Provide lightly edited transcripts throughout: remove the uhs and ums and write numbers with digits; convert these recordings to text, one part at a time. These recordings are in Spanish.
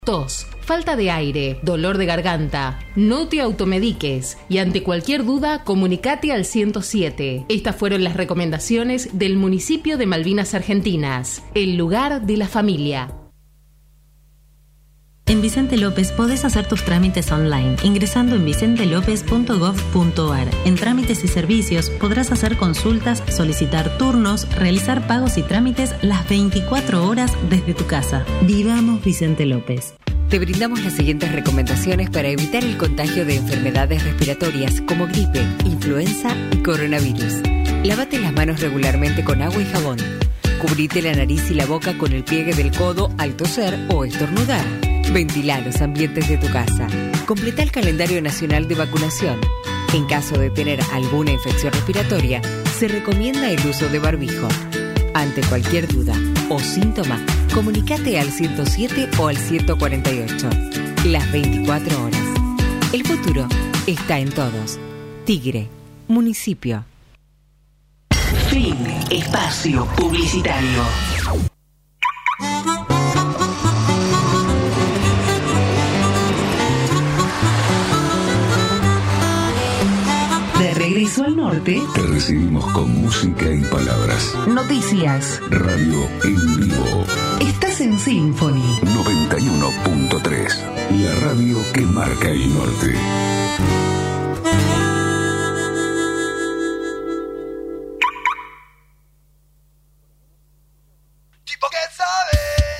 Tos, falta de aire, dolor de garganta. No te automediques y ante cualquier duda comunicate al 107. Estas fueron las recomendaciones del municipio de Malvinas Argentinas, el lugar de la familia. En Vicente López podés hacer tus trámites online ingresando en vicentelopez.gov.ar. En trámites y servicios podrás hacer consultas, solicitar turnos, realizar pagos y trámites las 24 horas desde tu casa. Vivamos Vicente López. Te brindamos las siguientes recomendaciones para evitar el contagio de enfermedades respiratorias como gripe, influenza y coronavirus. Lávate las manos regularmente con agua y jabón. Cubrite la nariz y la boca con el pliegue del codo al toser o estornudar. Ventila los ambientes de tu casa. Completa el calendario nacional de vacunación. En caso de tener alguna infección respiratoria, se recomienda el uso de barbijo. Ante cualquier duda o síntoma, comunícate al 107 o al 148. Las 24 horas. El futuro está en todos. Tigre, municipio. Fin. Espacio publicitario. De regreso al norte, te recibimos con música y palabras. Noticias. Radio en vivo. Estás en Symphony 91.3. La radio que marca el norte. Tipo que sabe.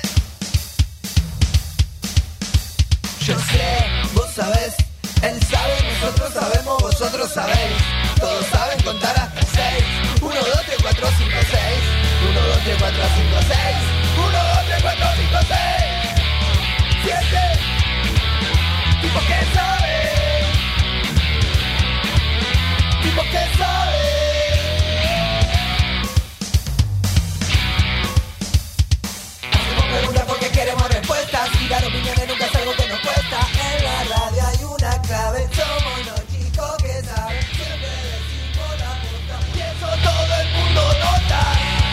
Yo sé, vos sabés. Él sabe, nosotros sabemos, vosotros sabéis. Todos saben contar hasta 6. 1, 2, 3, 4, 5, 6. 1, 2, 3, 4, 5, 6. 1, 2, 3, 4, 5, 6. 7. Tipo que sabe. Tipo que sabe. Hacemos preguntas porque queremos respuestas. Y dar opiniones nunca es algo que nos cuesta. En la radio hay una clave. Somos los chicos que saben. Siempre decimos la puta. Y eso todo el mundo nota.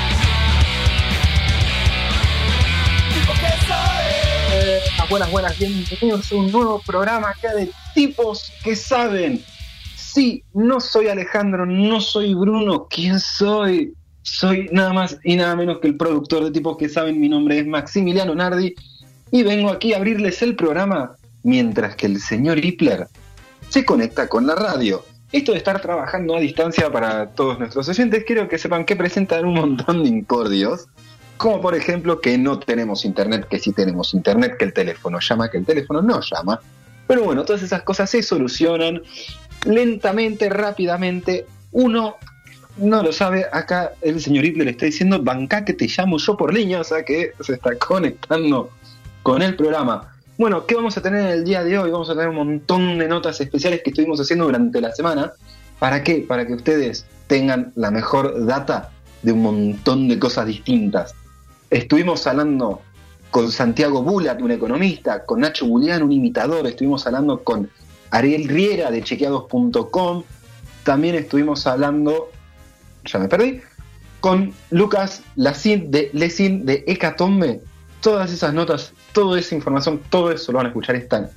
Tipo que sabe. Buenas, bienvenidos a un nuevo programa acá de Tipos que Saben. Sí, no soy Alejandro, no soy Bruno. ¿Quién soy? Soy nada más y nada menos que el productor de Tipos que Saben. Mi nombre es Maximiliano Nardi y vengo aquí a abrirles el programa mientras que el señor Hitler se conecta con la radio. Esto de estar trabajando a distancia para todos nuestros oyentes, quiero que sepan que presentan un montón de incordios, como por ejemplo que no tenemos internet, que sí tenemos internet, que el teléfono llama, que el teléfono no llama. Pero bueno, todas esas cosas se solucionan lentamente, rápidamente. Uno no lo sabe, acá el señor Hitler le está diciendo, bancá que te llamo yo por línea, o sea que se está conectando con el programa. Bueno, ¿qué vamos a tener en el día de hoy? Vamos a tener un montón de notas especiales que estuvimos haciendo durante la semana. ¿Para qué? Para que ustedes tengan la mejor data de un montón de cosas distintas. Estuvimos hablando con Santiago Bulat, un economista, con Nacho Bulián, un imitador. Estuvimos hablando con Ariel Riera de chequeados.com. También estuvimos hablando, ya me perdí, con Lucas Lacin de Hecatombe. Todas esas notas, toda esa información, todo eso lo van a escuchar esta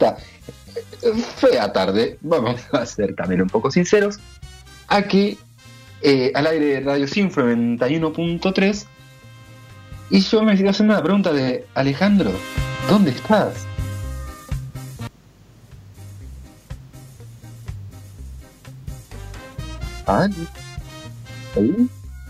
fea tarde. Vamos a ser también un poco sinceros. Aquí, al aire de Radio Sinfro 91.3. Y yo me sigo haciendo la pregunta de Alejandro, ¿dónde estás? ¿Ah? ¿Ahí?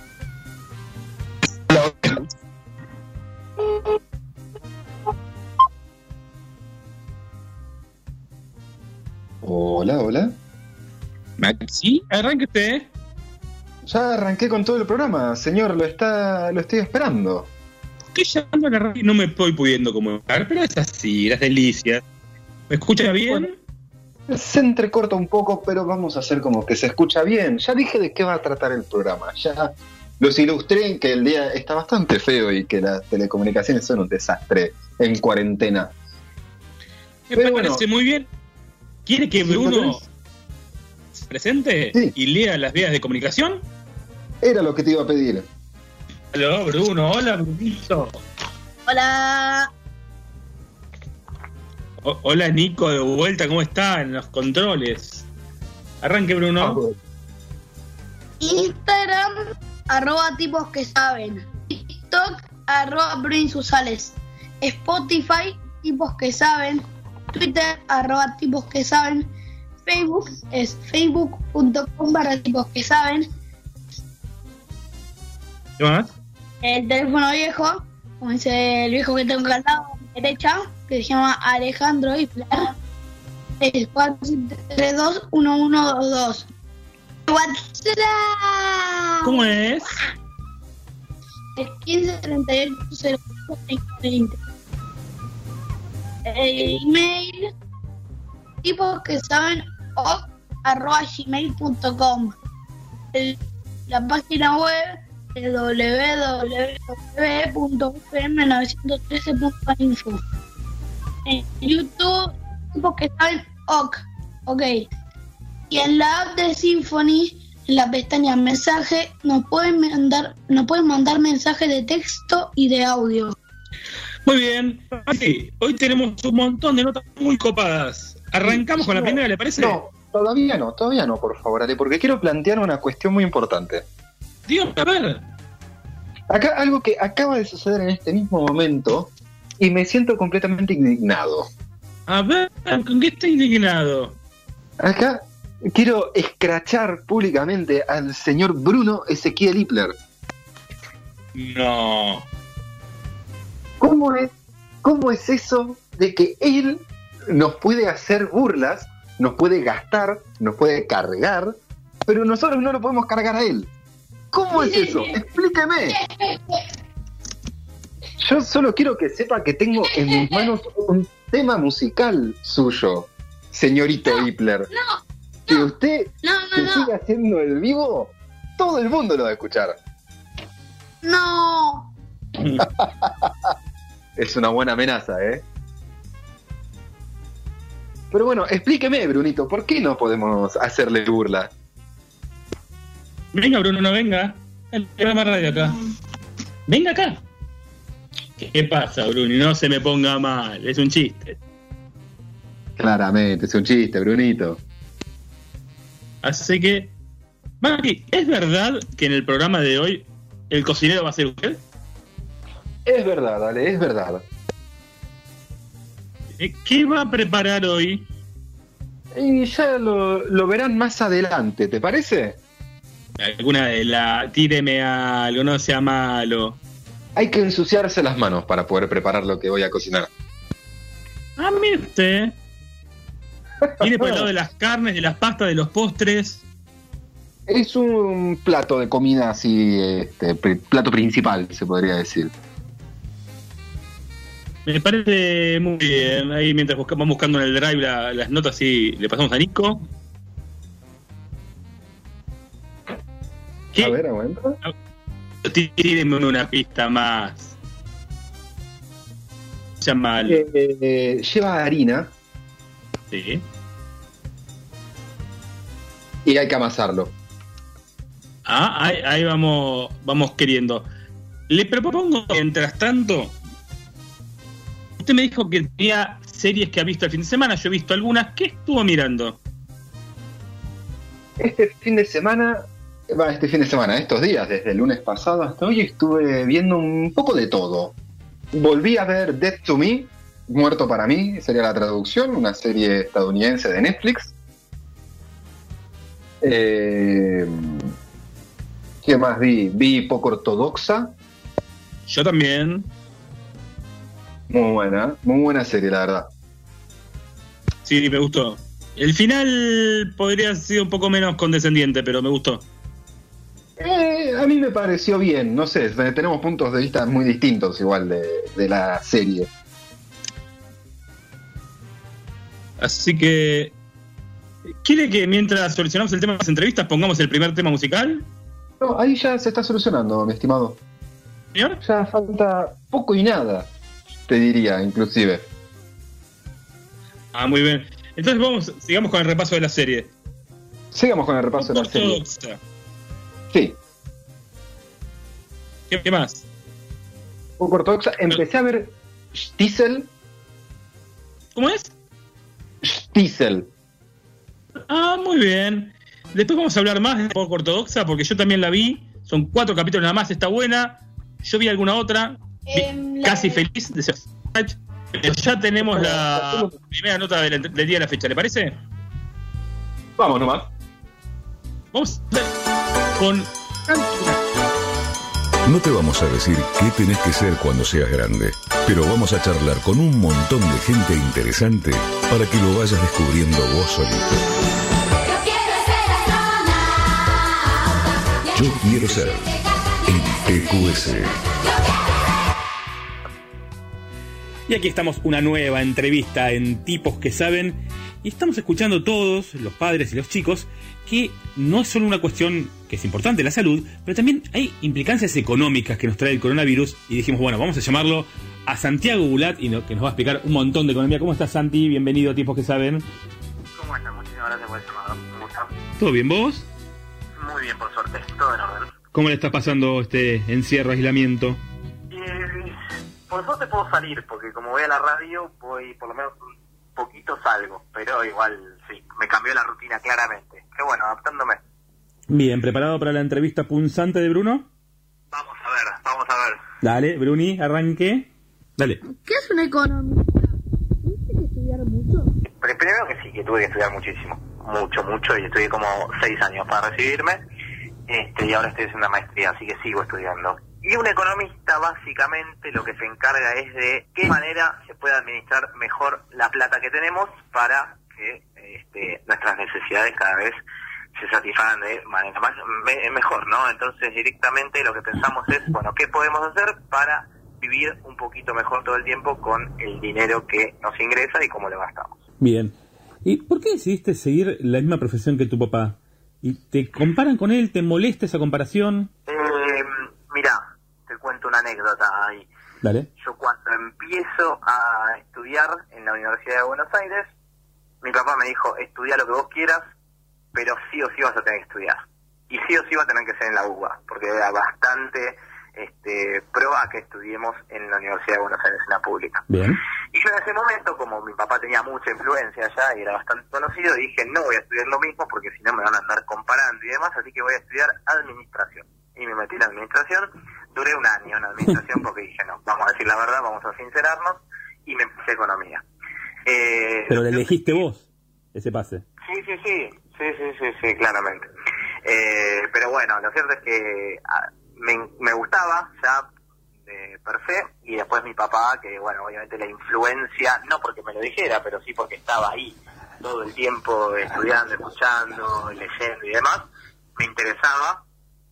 Hola. Maxi, arranque usted. Ya arranqué con todo el programa, señor, lo estoy esperando. Estoy llamando a la radio y no me estoy pudiendo comunicar, pero es así, las delicias. ¿Me escucha bien? Bueno, se entrecorta un poco, pero vamos a hacer como que se escucha bien. Ya dije de qué va a tratar el programa, ya los ilustré, que el día está bastante feo y que las telecomunicaciones son un desastre en cuarentena. Me parece muy bien. ¿Quiere que Bruno se presente y lea las vías de comunicación? Era lo que te iba a pedir. Hola, Bruno. Hola, Brunito. Hola. Hola Nico, de vuelta, ¿cómo está en los controles? Arranque, Bruno. Instagram, @tipos que saben. TikTok, @Bruninsusales. Spotify, tipos que saben. Twitter, @tipos que saben. Facebook es facebook.com/tipos que saben. ¿Qué más? El teléfono viejo, como dice el viejo que tengo acá al lado, a mi derecha, que se llama Alejandro Iflar, es 432-1122. WhatsApp. ¿Cómo es? Es 1538-04-20. Email, tipos que saben, @gmail.com. La página web es www.fm913.info. En YouTube, tipos que saben, ok. Y en la app de Symphony, en la pestaña mensaje, nos pueden mandar mensajes de texto y de audio. Muy bien. Sí, hoy tenemos un montón de notas muy copadas. ¿Arrancamos con la primera, le parece? No, todavía no, por favor, Ale, porque quiero plantear una cuestión muy importante. Dígame, a ver. Acá algo que acaba de suceder en este mismo momento y me siento completamente indignado. A ver, ¿con qué está indignado? Acá quiero escrachar públicamente al señor Bruno Ezequiel Hitler. No. ¿Cómo es eso de que él nos puede hacer burlas, nos puede gastar, nos puede cargar, pero nosotros no lo podemos cargar a él? ¿Cómo es eso? Explíqueme. Yo solo quiero que sepa que tengo en mis manos un tema musical suyo, señorito Hitler. Si usted sigue haciendo el vivo, todo el mundo lo va a escuchar. No. Es una buena amenaza, ¿eh? Pero bueno, explíqueme, Brunito, ¿por qué no podemos hacerle burla? Venga, Bruno, no venga. El programa radio acá. Venga acá. ¿Qué pasa, Bruno? No se me ponga mal, es un chiste. Claramente, es un chiste, Brunito. Así que, Maki, ¿es verdad que en el programa de hoy el cocinero va a ser usted? Es verdad, Ale, es verdad. ¿Qué va a preparar hoy? Y ya lo verán más adelante, ¿te parece? Alguna de la... Tíreme algo, no sea malo. Hay que ensuciarse las manos para poder preparar lo que voy a cocinar. Ah, mire usted. Viene por el lado de las carnes, de las pastas, de los postres. Es un plato de comida así, plato principal, se podría decir. Me parece muy bien. Ahí mientras vamos buscando en el drive las notas y le pasamos a Nico. ¿Qué? A ver, aguanta. Tírenme una pista más. Llama lleva harina. Sí. Y hay que amasarlo. Ah, ahí vamos queriendo. Le propongo, mientras tanto, usted me dijo que tenía series que ha visto el fin de semana. Yo he visto algunas. ¿Qué estuvo mirando? Este fin de semana, estos días, desde el lunes pasado hasta hoy, estuve viendo un poco de todo. Volví a ver Dead to Me, Muerto para mí, sería la traducción, una serie estadounidense de Netflix. ¿Qué más vi? Vi Poco Ortodoxa. Yo también. Muy buena serie, la verdad. Sí, me gustó. El final podría haber sido un poco menos condescendiente, pero me gustó. A mí me pareció bien, no sé, tenemos puntos de vista muy distintos igual de la serie. Así que, ¿quiere que mientras solucionamos el tema de las entrevistas pongamos el primer tema musical? No, ahí ya se está solucionando, mi estimado. ¿Señor? Ya falta poco y nada, te diría, inclusive. Ah, muy bien. Entonces sigamos con el repaso de la serie. Sigamos con el repaso de la serie. Sí. ¿Qué más? Poco Ortodoxa. Empecé a ver Stiesel. ¿Cómo es? Diesel. Ah, muy bien. Después vamos a hablar más de Poco Ortodoxa, porque yo también la vi. Son 4 capítulos nada más, está buena. Yo vi alguna otra. Casi feliz de Sebastián. Pero ya tenemos la primera nota del día de la fecha, ¿le parece? Vamos nomás. Vamos con... No te vamos a decir qué tenés que ser cuando seas grande, pero vamos a charlar con un montón de gente interesante para que lo vayas descubriendo vos solito. Yo quiero ser en TQS. Y aquí estamos, una nueva entrevista en Tipos que Saben, y estamos escuchando todos, los padres y los chicos, que no es solo una cuestión que es importante, la salud, pero también hay implicancias económicas que nos trae el coronavirus, y dijimos, bueno, vamos a llamarlo a Santiago Bulat, que nos va a explicar un montón de economía. ¿Cómo estás, Santi? Bienvenido a Tipos que Saben. ¿Cómo estás? Muchísimas gracias por el llamado. Un gusto. ¿Todo bien, vos? Muy bien, por suerte. Todo en orden. ¿Cómo le está pasando este encierro, aislamiento? Por suerte puedo salir, porque como voy a la radio, voy por lo menos un poquito salgo, pero igual sí, me cambió la rutina claramente. Pero bueno, adaptándome. Bien, ¿preparado para la entrevista punzante de Bruno? Vamos a ver. Dale, Bruni, arranque. Dale. ¿Qué es una economía? ¿Tuviste que estudiar mucho? Primero que sí, que tuve que estudiar muchísimo. Mucho, y estudié como 6 años para recibirme. Y ahora estoy haciendo una maestría, así que sigo estudiando. Y un economista básicamente lo que se encarga es de qué manera se puede administrar mejor la plata que tenemos para que nuestras necesidades cada vez se satisfagan de manera mejor, ¿no? Entonces directamente lo que pensamos es, bueno, ¿qué podemos hacer para vivir un poquito mejor todo el tiempo con el dinero que nos ingresa y cómo lo gastamos? Bien. ¿Y por qué decidiste seguir la misma profesión que tu papá? ¿Y te comparan con él? ¿Te molesta esa comparación? Mirá, te cuento una anécdota ahí. Dale. Yo cuando empiezo a estudiar en la Universidad de Buenos Aires, mi papá me dijo, estudia lo que vos quieras, pero sí o sí vas a tener que estudiar. Y sí o sí va a tener que ser en la UBA, porque era bastante pro a que estudiemos en la Universidad de Buenos Aires, en la pública. Bien. Y yo en ese momento, como mi papá tenía mucha influencia allá y era bastante conocido, dije, no voy a estudiar lo mismo porque si no me van a andar comparando y demás, así que voy a estudiar administración. Y me metí en administración, duré un año en administración porque dije, no, vamos a decir la verdad, vamos a sincerarnos, y me empecé economía. Pero le elegiste vos, ese pase. Sí, claramente. Pero bueno, lo cierto es que me gustaba ya de per se, y después mi papá, que bueno, obviamente la influencia, no porque me lo dijera, pero sí porque estaba ahí todo el tiempo estudiando, escuchando, leyendo y demás, me interesaba.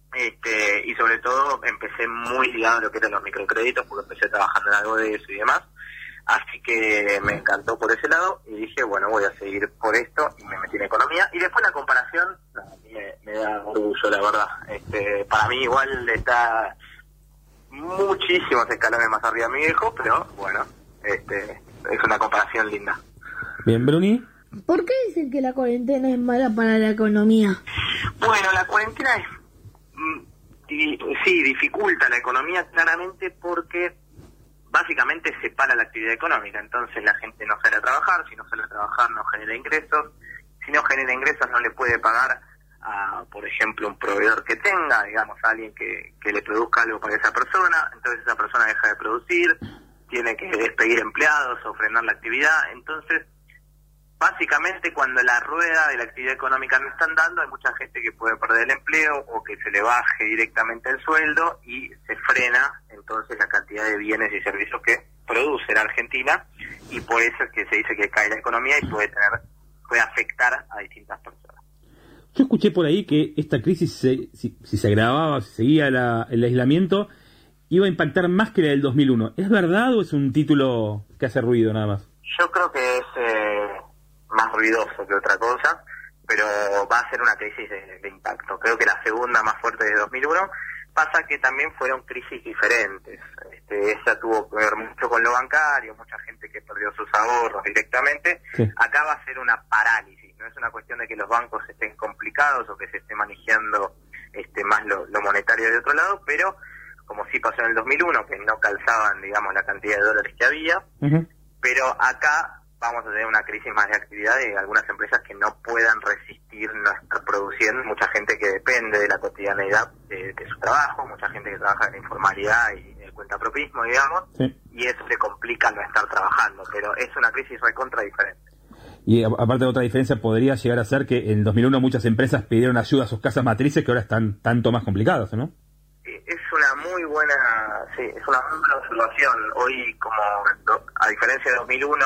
Y sobre todo empecé muy ligado a lo que eran los microcréditos, porque empecé trabajando en algo de eso y demás, así que me encantó por ese lado y dije, bueno, voy a seguir por esto, y me metí en economía. Y después la comparación me da orgullo, la verdad. Para mí igual está muchísimos escalones más arriba de mi viejo, pero bueno, es una comparación linda. Bien, Bruni. ¿Por qué dicen que la cuarentena es mala para la economía? Bueno, la cuarentena sí, dificulta la economía claramente porque básicamente separa la actividad económica. Entonces la gente no sale a trabajar, si no sale a trabajar no genera ingresos, si no genera ingresos no le puede pagar a, por ejemplo, un proveedor que tenga, digamos, a alguien que le produzca algo para esa persona, entonces esa persona deja de producir, tiene que despedir empleados o frenar la actividad. Entonces básicamente cuando la rueda de la actividad económica no está andando, hay mucha gente que puede perder el empleo o que se le baje directamente el sueldo y se frena entonces la cantidad de bienes y servicios que produce la Argentina, y por eso es que se dice que cae la economía y puede afectar a distintas personas. Yo escuché por ahí que esta crisis, si se agravaba, si seguía el aislamiento, iba a impactar más que la del 2001. ¿Es verdad o es un título que hace ruido nada más? Yo creo que es más ruidoso que otra cosa, pero va a ser una crisis de impacto. Creo que la segunda más fuerte de 2001. Pasa que también fueron crisis diferentes. Esa tuvo que ver mucho con lo bancario, mucha gente que perdió sus ahorros directamente. Sí. Acá va a ser una parálisis, no es una cuestión de que los bancos estén complicados o que se esté manejando más lo monetario de otro lado, pero como sí pasó en el 2001, que no calzaban, digamos, la cantidad de dólares que había, pero acá vamos a tener una crisis más de actividad de algunas empresas que no puedan resistir nuestra producción, mucha gente que depende de la cotidianeidad de su trabajo, mucha gente que trabaja en la informalidad y el cuentapropismo, digamos, sí. Y eso le complica no estar trabajando, pero es una crisis recontra diferente. Y aparte de otra diferencia, podría llegar a ser que en 2001 muchas empresas pidieron ayuda a sus casas matrices que ahora están tanto más complicadas, ¿no? Es una muy buena, sí, es una muy buena observación. Hoy, como a diferencia de 2001,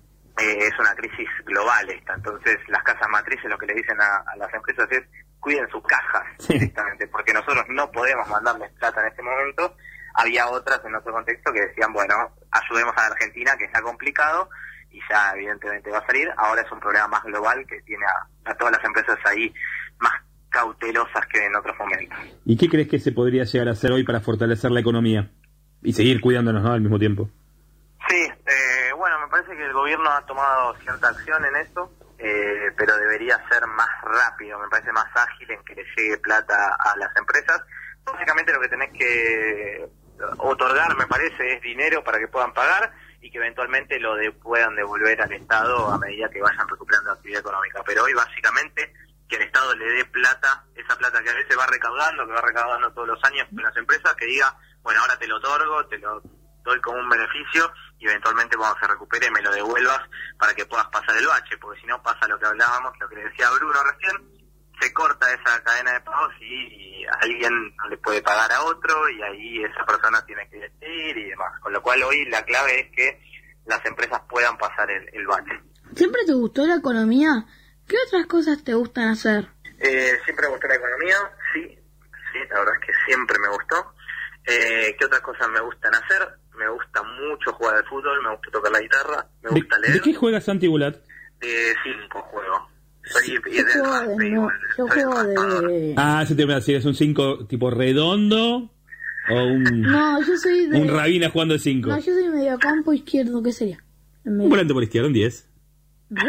es una crisis global esta. Entonces, las casas matrices lo que le dicen a las empresas es cuiden sus cajas directamente, porque nosotros no podemos mandarles plata en este momento. Había otras en otro contexto que decían, bueno, ayudemos a la Argentina, que está complicado, y ya evidentemente va a salir. Ahora es un problema más global que tiene a todas las empresas ahí más cautelosas que en otros momentos. ¿Y qué crees que se podría llegar a hacer hoy para fortalecer la economía y seguir cuidándonos, ¿no?, al mismo tiempo? Sí, bueno, me parece que el gobierno ha tomado cierta acción en eso, pero debería ser más rápido, me parece más ágil en que le llegue plata a las empresas. Básicamente lo que tenés que otorgar, me parece, es dinero para que puedan pagar y que eventualmente lo puedan devolver al Estado a medida que vayan recuperando la actividad económica. Pero hoy básicamente que el Estado le dé plata, esa plata que a veces va recaudando todos los años en las empresas, que diga, bueno, ahora te lo otorgo, te lo doy como un beneficio y eventualmente cuando se recupere me lo devuelvas para que puedas pasar el bache, porque si no pasa lo que hablábamos, lo que le decía Bruno recién, se corta esa cadena de pagos y alguien no le puede pagar a otro y ahí esa persona tiene que decidir y demás. Con lo cual hoy la clave es que las empresas puedan pasar el bache. ¿Siempre te gustó la economía? ¿Qué otras cosas te gustan hacer? Siempre me gustó la economía, sí, la verdad es que siempre me gustó. ¿Qué otras cosas me gustan hacer? Me gusta mucho jugar al fútbol, me gusta tocar la guitarra, me gusta leer. ¿De qué juegas, Santi Bulat? De 5 juego. Yo juego de... Ah, ese te voy a decir, ¿es un 5 tipo redondo o un... No, yo soy de... un Rabina jugando de 5? No, yo soy mediocampo izquierdo, ¿qué sería? Un volante por izquierda, un 10. ¿10?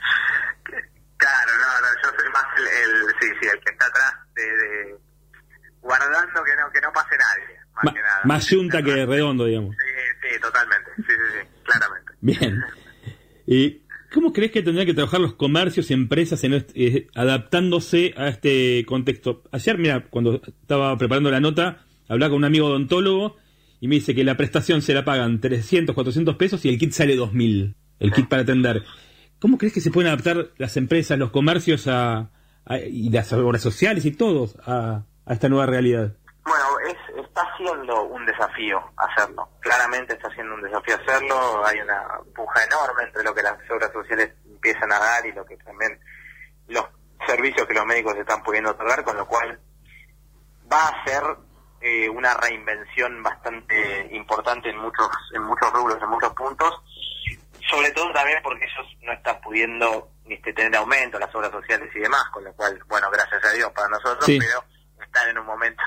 Claro, no, yo soy más el que está atrás de guardando que no pase nadie, más que nada. Más yunta que redondo, digamos. Sí, totalmente, sí, claramente. Bien. ¿Y cómo crees que tendrían que trabajar los comercios y empresas adaptándose a este contexto? Ayer, mira, cuando estaba preparando la nota, hablaba con un amigo odontólogo y me dice que la prestación se la pagan 300, 400 pesos y el kit sale 2.000, el kit para atender. ¿Cómo crees que se pueden adaptar las empresas, los comercios y las obras sociales y todos a esta nueva realidad? Bueno, está siendo un desafío hacerlo. Claramente está siendo un desafío hacerlo. Hay una puja enorme entre lo que las obras sociales empiezan a dar y lo que también los servicios que los médicos están pudiendo otorgar, con lo cual va a ser una reinvención bastante importante en muchos rubros, en muchos puntos. Sobre todo también porque ellos no están pudiendo tener aumento las obras sociales y demás, con lo cual, bueno, gracias a Dios para nosotros, sí. Pero están en un momento...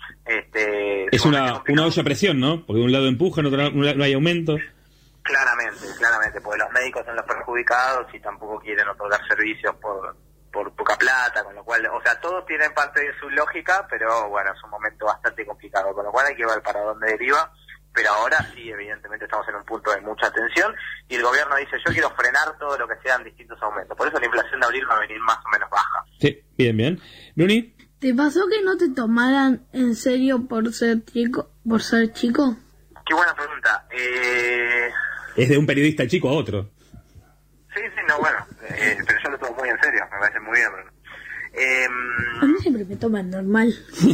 es una olla a presión, ¿no? Porque de un lado empujan, otro no hay aumento. Claramente, porque los médicos son los perjudicados y tampoco quieren otorgar servicios por poca plata, con lo cual, o sea, todos tienen parte de su lógica, pero bueno, es un momento bastante complicado, con lo cual hay que ver para dónde deriva. Pero ahora sí, evidentemente estamos en un punto de mucha tensión y el gobierno dice, yo quiero frenar todo lo que sean distintos aumentos. Por eso la inflación de abril va a venir más o menos baja. Sí, bien. Bruni. ¿Te pasó que no te tomaran en serio por ser chico? Qué buena pregunta. Es de un periodista chico a otro. Sí, bueno, pero yo lo tomo muy en serio, me parece muy bien, Bruno. A mí siempre me toman normal.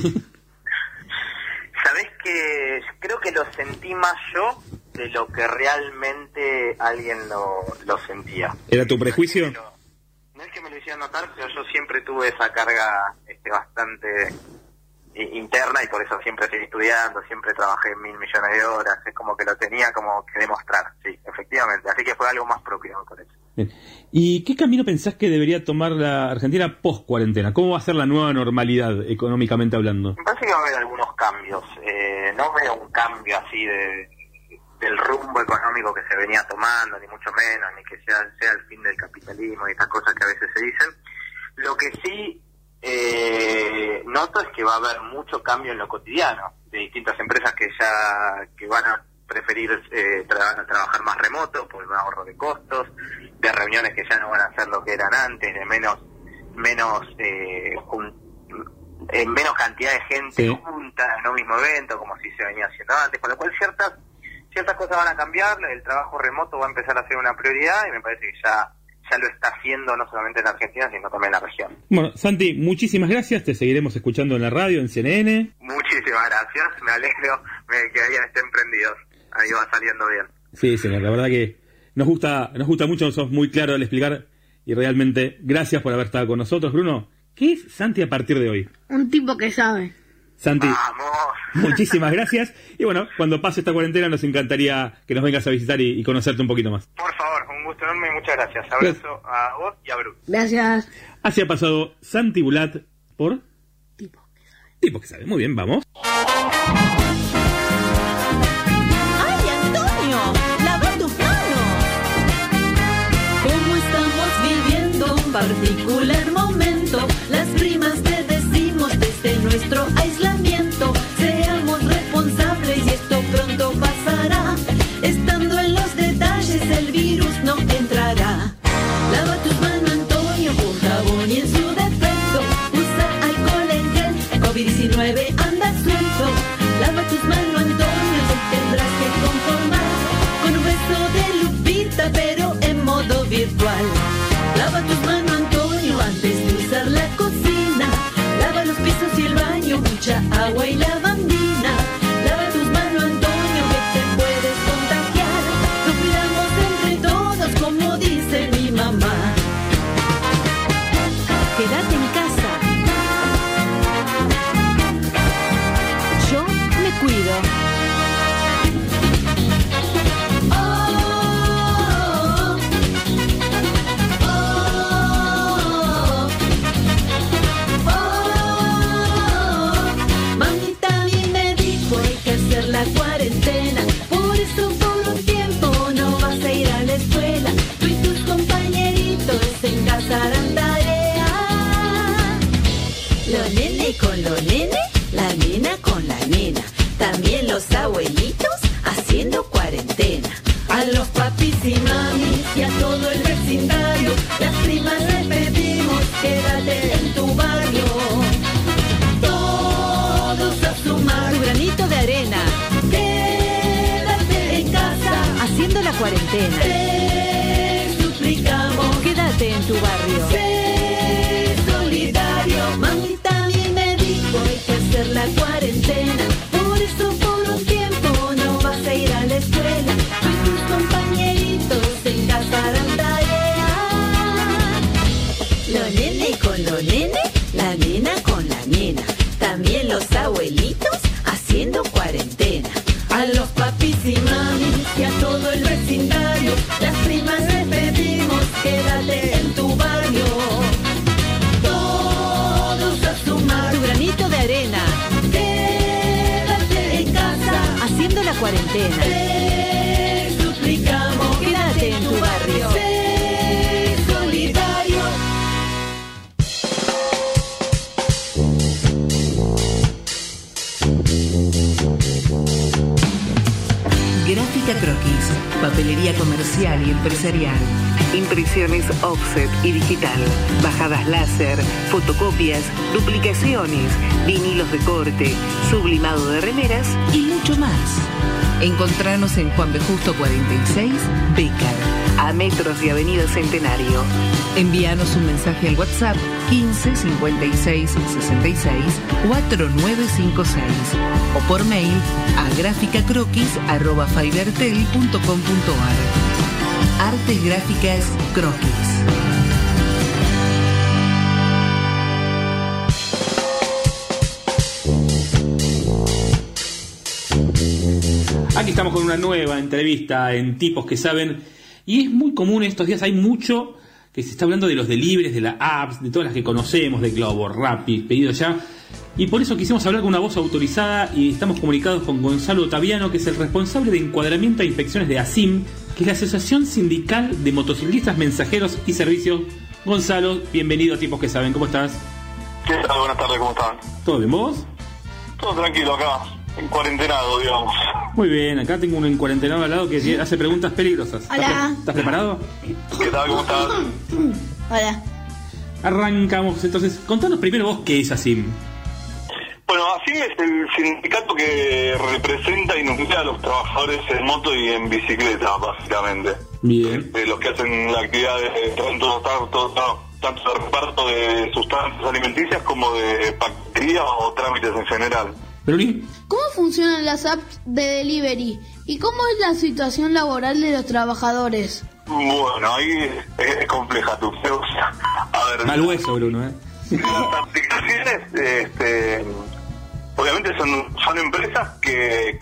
¿Sabés que creo que lo sentí más yo de lo que realmente alguien lo sentía? ¿Era tu prejuicio? No es que me lo hicieran notar, pero yo siempre tuve esa carga bastante interna y por eso siempre estoy estudiando, siempre trabajé 1.000 millones de horas, es como que lo tenía como que demostrar, sí, efectivamente, así que fue algo más propio, me parece. Bien. ¿Y qué camino pensás que debería tomar la Argentina post-cuarentena? ¿Cómo va a ser la nueva normalidad, económicamente hablando? Me parece que va a haber algunos cambios, no veo un cambio así del rumbo económico que se venía tomando, ni mucho menos, ni que sea el fin del capitalismo y estas cosas que a veces se dicen. Lo que sí noto es que va a haber mucho cambio en lo cotidiano, de distintas empresas que van a preferir trabajar más remoto por un ahorro de costos, de reuniones que ya no van a ser lo que eran antes, de menos menos cantidad de gente junta en un mismo evento, como si se venía haciendo antes, con lo cual ciertas cosas van a cambiar, el trabajo remoto va a empezar a ser una prioridad y me parece que ya lo está haciendo no solamente en Argentina, sino también en la región. Bueno, Santi, muchísimas gracias, te seguiremos escuchando en la radio, en CNN. Muchísimas gracias, me alegro que alguien esté emprendidos, ahí va saliendo bien. Sí, señor, la verdad que nos gusta mucho, sos muy claro al explicar y realmente gracias por haber estado con nosotros. Bruno, ¿qué es Santi a partir de hoy? Un tipo que sabe. Santi, ¡vamos! Muchísimas gracias. Y bueno, cuando pase esta cuarentena nos encantaría que nos vengas a visitar y conocerte un poquito más. Por favor, un gusto enorme y muchas gracias. Abrazo a vos y a Bruno. Gracias. Así ha pasado Santi Bulat por... Tipo que sabe. Muy bien, vamos. ¡Ay, Antonio! ¡Lava tus manos! ¿Cómo estamos viviendo un particular momento? Las primas te decimos desde nuestro aislamiento. Seamos responsables y esto pronto pasará. Estando en los detalles el virus no entrará. Lava tus manos, Antonio, con jabón y en su defecto. Usa alcohol en gel, COVID-19 anda suelto. Lava tus manos, Antonio, te tendrás que conformar con un beso de Lupita, pero en modo virtual. Lava tus manos, Antonio, antes de usar la cocina. Lava los pisos y el baño, mucha agua y lavandina. Lava tus manos, Antonio, que te puedes contagiar. Nos cuidamos entre todos, como dice mi mamá. Quédate en casa. Yo me cuido. Mamita a mí me dijo hay que hacer la cuarentena. Por eso por un tiempo no vas a ir a la escuela. Tú y tus compañeritos en casa harán tarea. Los nenes con los nenes, la nena con la nena. También los abuelitos haciendo cuarentena. A los papis y mamis y a todo el vecindario, las primas les pedimos quédate en tu barrio. Todos a sumar Tu granito de arena, quédate en casa. haciendo la cuarentena. Te suplicamos Quédate en tu barrio. sé solidario. Mami también me dijo hay que hacer la cuarentena. Por eso por un tiempo no vas a ir a la escuela. Tú y tus compañeritos en casa harán tarea. Los nenes con los nenes, la nena con la nena. También los abuelitos haciendo cuarentena. A los papis y mamis y a todo el vecindario, las primas les pedimos quédate en tu barrio. Todos a sumar Tu granito de arena, quédate en casa. haciendo la cuarentena. Te suplicamos Quédate en tu barrio. sé solidario. Gráfica Croquis, papelería comercial y empresarial. Impresiones offset y digital, bajadas láser, fotocopias, duplicaciones, vinilos de corte, sublimado de remeras y mucho más. Encontranos en Juan B. Justo 46, Bécar, a metros de Avenida Centenario. Envíanos un mensaje al WhatsApp 15 56 66 4956 o por mail a graficacroquis@fibertel.com.ar. Artes Gráficas Croquis. Aquí estamos con una nueva entrevista en Tipos que Saben. Y es muy común estos días, hay mucho que se está hablando de los deliveries, de las apps, de todas las que conocemos, de Globo, Rappi, Pedido Ya. Y por eso quisimos hablar con una voz autorizada y estamos comunicados con Gonzalo Otaviano, que es el responsable de encuadramiento e inspecciones de ASIM, que es la Asociación Sindical de Motociclistas, Mensajeros y Servicios. Gonzalo, bienvenido a Tipos que Saben, ¿cómo estás? ¿Qué tal? Buenas tardes, ¿cómo están? ¿Todo bien, vos? Todo tranquilo acá, en cuarentenado, digamos. Muy bien, acá tengo un encuarentenado al lado que hace preguntas peligrosas. Hola. ¿Estás preparado? ¿Qué tal? ¿Cómo estás? Hola. Arrancamos, entonces, contanos primero vos qué es ASIM. Bueno, ASIM es el sindicato que representa y nuclea a los trabajadores en moto y en bicicleta, básicamente. Bien. Los que hacen la actividad de tanto de reparto de sustancias alimenticias como de paquetería o trámites en general. ¿Bruni? ¿Cómo funcionan las apps de delivery? ¿Y cómo es la situación laboral de los trabajadores? Bueno, ahí es compleja tu pregunta. A ver, Mal hueso, Bruno, Las aplicaciones, obviamente son empresas que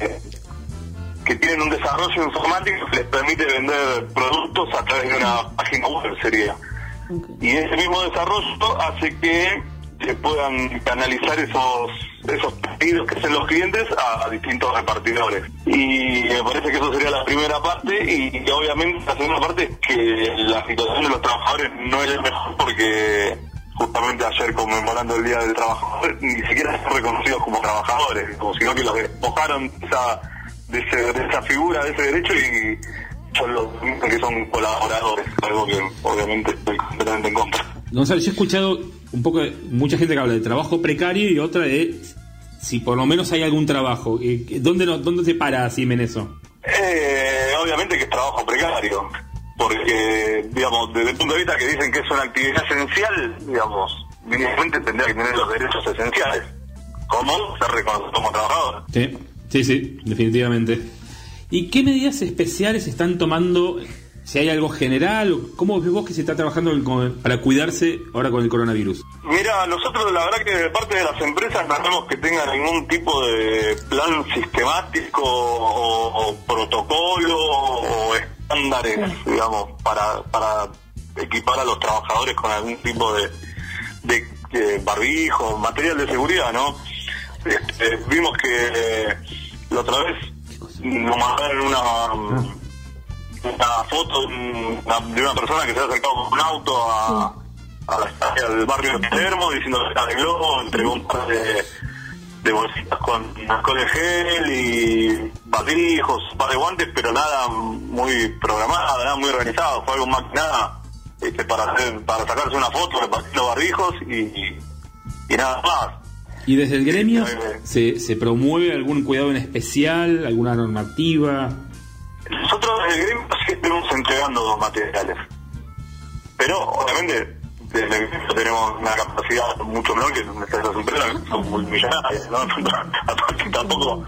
tienen un desarrollo informático que les permite vender productos a través de una página web, sería. Okay. Y ese mismo desarrollo hace que se puedan canalizar esos pedidos que hacen los clientes a distintos repartidores. Y me parece que eso sería la primera parte, y obviamente la segunda parte es que la situación de los trabajadores no es la mejor, porque justamente ayer, conmemorando el Día del Trabajador, ni siquiera son reconocidos como trabajadores, sino que los despojaron de esa figura, de ese derecho, y son los que son colaboradores, algo que obviamente estoy completamente en contra. Gonzalo, yo he escuchado un poco de mucha gente que habla de trabajo precario y otra de si por lo menos hay algún trabajo. ¿Dónde se para ASIM en eso? Obviamente que es trabajo precario, porque, digamos, desde el punto de vista que dicen que es una actividad esencial, digamos, mínimamente tendría que tener los derechos esenciales, como ser reconocido como trabajador. Sí, definitivamente. ¿Y qué medidas especiales están tomando? Si hay algo general, ¿cómo ves vos que se está trabajando para cuidarse ahora con el coronavirus? Mira, nosotros la verdad que de parte de las empresas no vemos que tengan ningún tipo de plan sistemático o protocolo o estándares, digamos, para equipar a los trabajadores con algún tipo de barbijo, material de seguridad, ¿no? Vimos que la otra vez nos mandaron una foto de una persona que se ha acercado con un auto a la estancia del barrio de Palermo diciendo que se arregló, entregó un par de bolsitas con alcohol en gel y barbijos, un par de guantes, pero nada muy programado, nada muy organizado, fue algo más que nada para sacarse una foto, repartir los barbijos y nada más. ¿Y desde el gremio se promueve algún cuidado en especial, alguna normativa? Nosotros desde el gremio sí estamos entregando dos materiales, pero obviamente desde el gremio tenemos una capacidad mucho menor que nuestras empresas, que son multimillonarias, ¿no? Aparte tampoco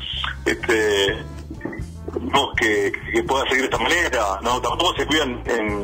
no que pueda seguir de esta manera, no, tampoco se cuidan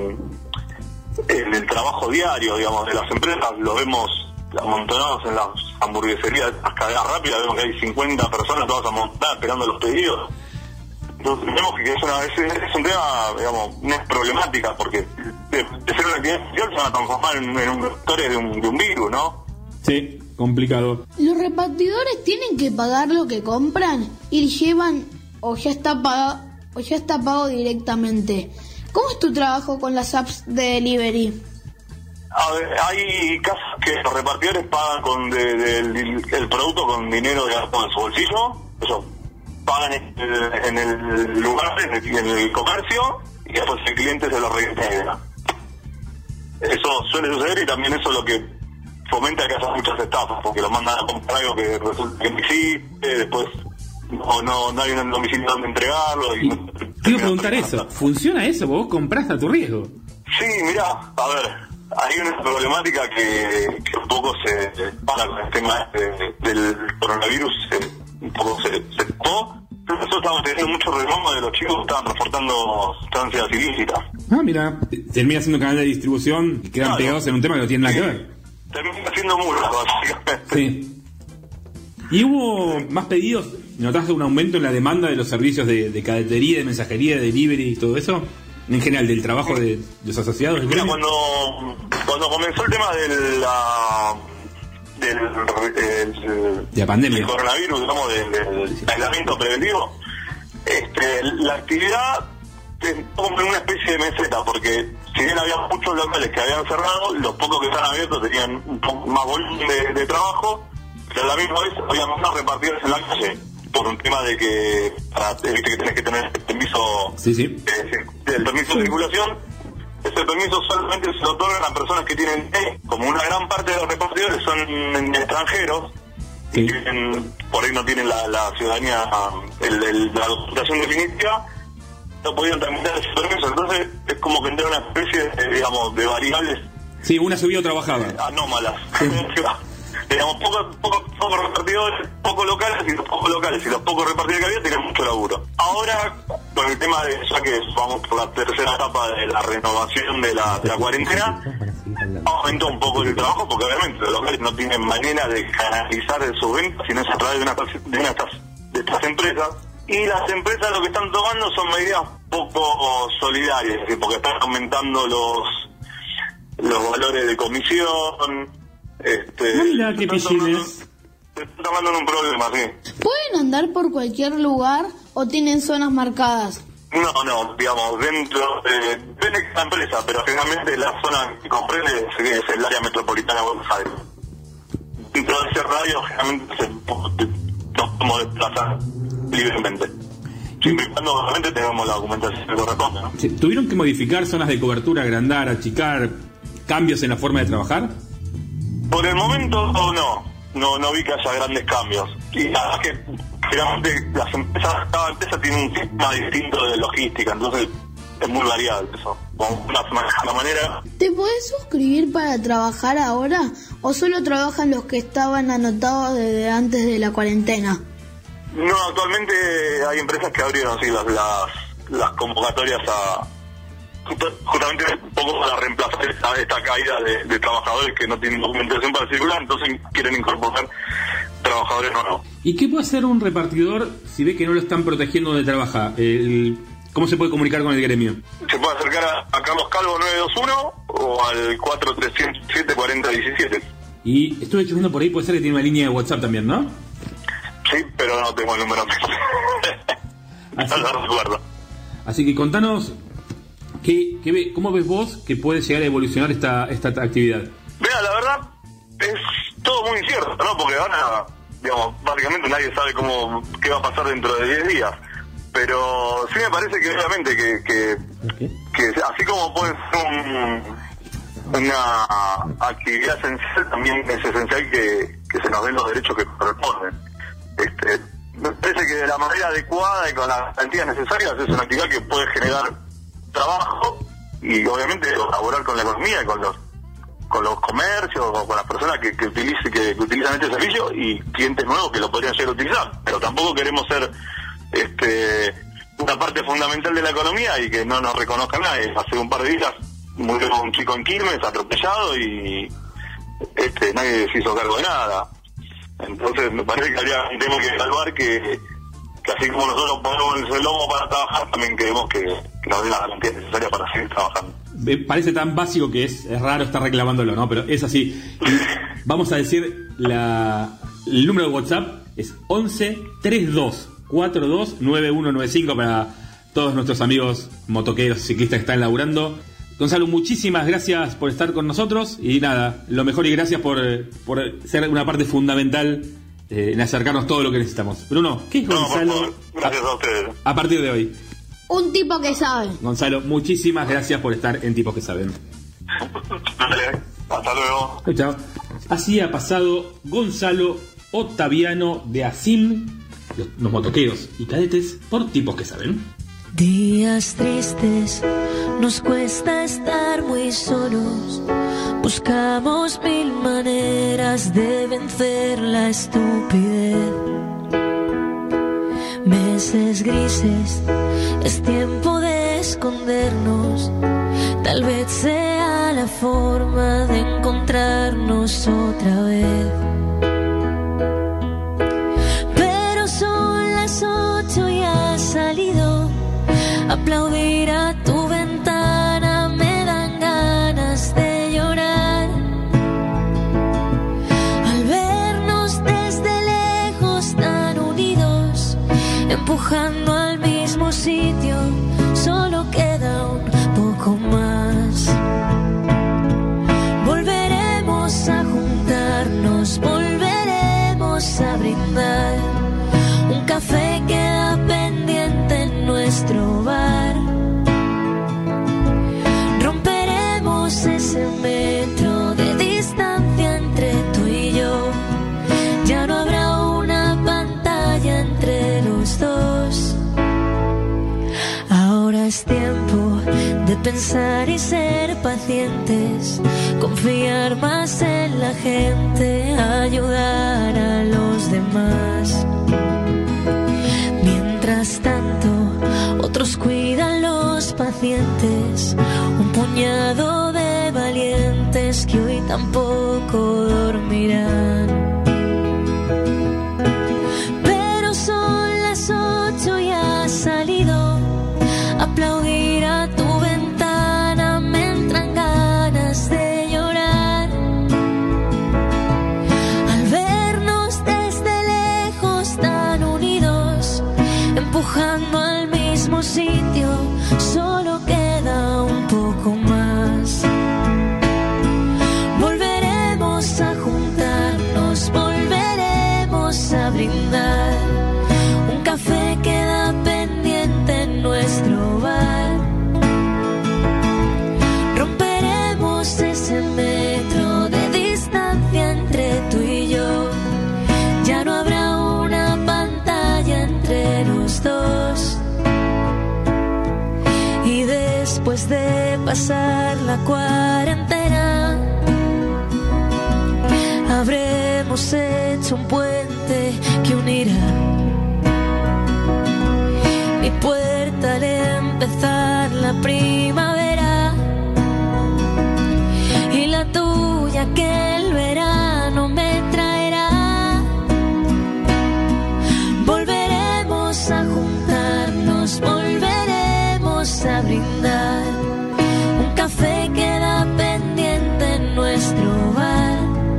en el trabajo diario, digamos, de las empresas. Lo vemos amontonados en las hamburgueserías, las cadenas rápidas, vemos que hay 50 personas todas amontonadas esperando los pedidos. Entonces vemos que es un tema, digamos, no es problemática, porque de ser una actividad social se van a transformar en un vector de un virus, ¿no? Sí, complicado. ¿Los repartidores tienen que pagar lo que compran y llevan o ya está pago directamente? ¿Cómo es tu trabajo con las apps de delivery? A ver, hay casos que los repartidores pagan el producto con dinero de su bolsillo, eso pagan en el lugar, en el comercio, y después el cliente se lo reintegra. Eso suele suceder, y también eso es lo que fomenta que haya muchas estafas, porque lo mandan a comprar algo que resulta que no existe, después no hay un domicilio donde entregarlo. Quiero preguntar eso, ¿funciona eso? ¿Vos compras a tu riesgo? Sí, mirá, a ver, hay una problemática que un poco se para con el tema del coronavirus, un poco se topó. Nosotros estamos teniendo mucho reclamo de los chicos que estaban transportando sustancias ilícitas. Mira, termina siendo canal de distribución y quedan pegados en un tema que no tiene nada que ver. Termina siendo mulas, básicamente. Sí. ¿Y hubo más pedidos? ¿Notaste un aumento en la demanda de los servicios de cadetería, de mensajería, de delivery y todo eso? En general, del trabajo de los asociados. Mira, cuando comenzó el tema de la pandemia, del coronavirus, digamos, del aislamiento preventivo, la actividad como en una especie de meseta, porque si bien había muchos locales que habían cerrado, los pocos que están abiertos tenían un poco más volumen de trabajo, pero a la misma vez había más repartidores en la calle. por un tema de que viste que tenés que tener el permiso, el permiso de circulación. Ese permiso solamente se lo otorgan a personas que tienen, como una gran parte de los repartidores son extranjeros, y por ahí no tienen la ciudadanía, la documentación definitiva, no podían tramitar ese permiso. Entonces es como que entra una especie de, digamos, de variables. Sí, una subida otra bajada. Anómalas. Digamos, pocos repartidores, pocos locales, y los pocos locales y los pocos repartidores que había tenían mucho laburo. Ahora, con el tema de, ya que vamos por la tercera etapa de la renovación de la cuarentena, aumentó un poco el trabajo, porque obviamente los locales no tienen manera de canalizar sus ventas, sino es a través de estas empresas. Y las empresas lo que están tomando son medidas poco solidarias, es decir, porque están aumentando los valores de comisión. Mira qué piscines. Se están tomando en un problema, sí. ¿Pueden andar por cualquier lugar o tienen zonas marcadas? No, digamos, dentro de la empresa, pero generalmente la zona que comprende es el área metropolitana de Buenos Aires. Dentro de ese radio generalmente nos podemos desplazar libremente. Siempre y cuando obviamente tengamos la documentación que corresponde, ¿no? Sí. ¿Tuvieron que modificar zonas de cobertura, agrandar, achicar, cambios en la forma de trabajar? Por el momento no vi que haya grandes cambios. Y la verdad que generalmente cada empresa tiene un sistema distinto de logística, entonces es muy variable eso. Una manera. ¿Te podés suscribir para trabajar ahora o solo trabajan los que estaban anotados desde antes de la cuarentena? No, actualmente hay empresas que abrieron las convocatorias justamente un poco para reemplazar esta caída de trabajadores que no tienen documentación para circular, entonces quieren incorporar trabajadores nuevos. ¿Y qué puede hacer un repartidor si ve que no lo están protegiendo donde trabaja? ¿Cómo se puede comunicar con el gremio? Se puede acercar a Carlos Calvo 921 o al 4307-4017. Y estuve viendo por ahí, puede ser que tiene una línea de WhatsApp también, ¿no? Sí, pero no tengo el número. No lo recuerdo. Así que contanos, ¿cómo ves vos que puede llegar a evolucionar esta actividad? Mira, la verdad es todo muy incierto, ¿no? Porque básicamente nadie sabe qué va a pasar dentro de 10 días. Pero sí me parece que obviamente que así como puede ser una actividad esencial, también es esencial que se nos den los derechos que corresponden. Me parece que de la manera adecuada y con las garantías necesarias es una actividad que puede generar trabajo y obviamente colaborar con la economía y con los comercios o con las personas que utilizan este servicio y clientes nuevos que lo podrían llegar a utilizar. Pero tampoco queremos ser una parte fundamental de la economía y que no nos reconozca nadie. Hace un par de días murió un chico en Quilmes atropellado y nadie se hizo cargo de nada. Entonces me parece que tenemos que evaluar que así como nosotros ponemos el lomo para trabajar, también queremos que nos den las garantías necesarias para seguir trabajando. Me parece tan básico que es raro estar reclamándolo, ¿no? Pero es así. Y vamos a decir el número de WhatsApp es 11 32 42 9195 para todos nuestros amigos motoqueros, ciclistas que están laburando. Gonzalo, muchísimas gracias por estar con nosotros y nada, lo mejor y gracias por ser una parte fundamental en acercarnos todo lo que necesitamos. Bruno, ¿qué es Gonzalo? Gracias a ustedes. A partir de hoy. Un tipo que sabe. Gonzalo, muchísimas gracias por estar en Tipos que Saben. Hasta luego. Chao. Así ha pasado Gonzalo Ottaviano de ASIM, los motoqueros y cadetes por Tipos que Saben. Días tristes, nos cuesta estar muy solos. Buscamos mil maneras de vencer la estupidez. Meses grises, es tiempo de escondernos. Tal vez sea la forma de encontrarnos otra vez. Pero son las 8 y has salido. Aplaudir a tu ventana me dan ganas de llorar. Al vernos desde lejos tan unidos, empujando al mismo sitio, solo queda un poco más. Volveremos a juntarnos, volveremos a brindar un café descansar y ser pacientes, confiar más en la gente, ayudar a los demás. Mientras tanto, otros cuidan los pacientes, un puñado de valientes que hoy tampoco dormirán. Pero son las 8 y has salido a aplaudir a tu ventana, me entran ganas de llorar. Al vernos desde lejos tan unidos, empujando al mismo sitio, solo queda un poco más. Volveremos a juntarnos, volveremos a brindar. Un café queda pendiente en nuestro bar. Romperemos ese metro de distancia entre tú y yo. Ya no habrá una pantalla entre los dos. Y después de pasar la cuarentena, habremos hecho un puente que unirá mi puerta al empezar la primavera y la tuya que el verano me traerá. Volveremos a juntarnos, volveremos a brindar. Un café queda pendiente en nuestro bar.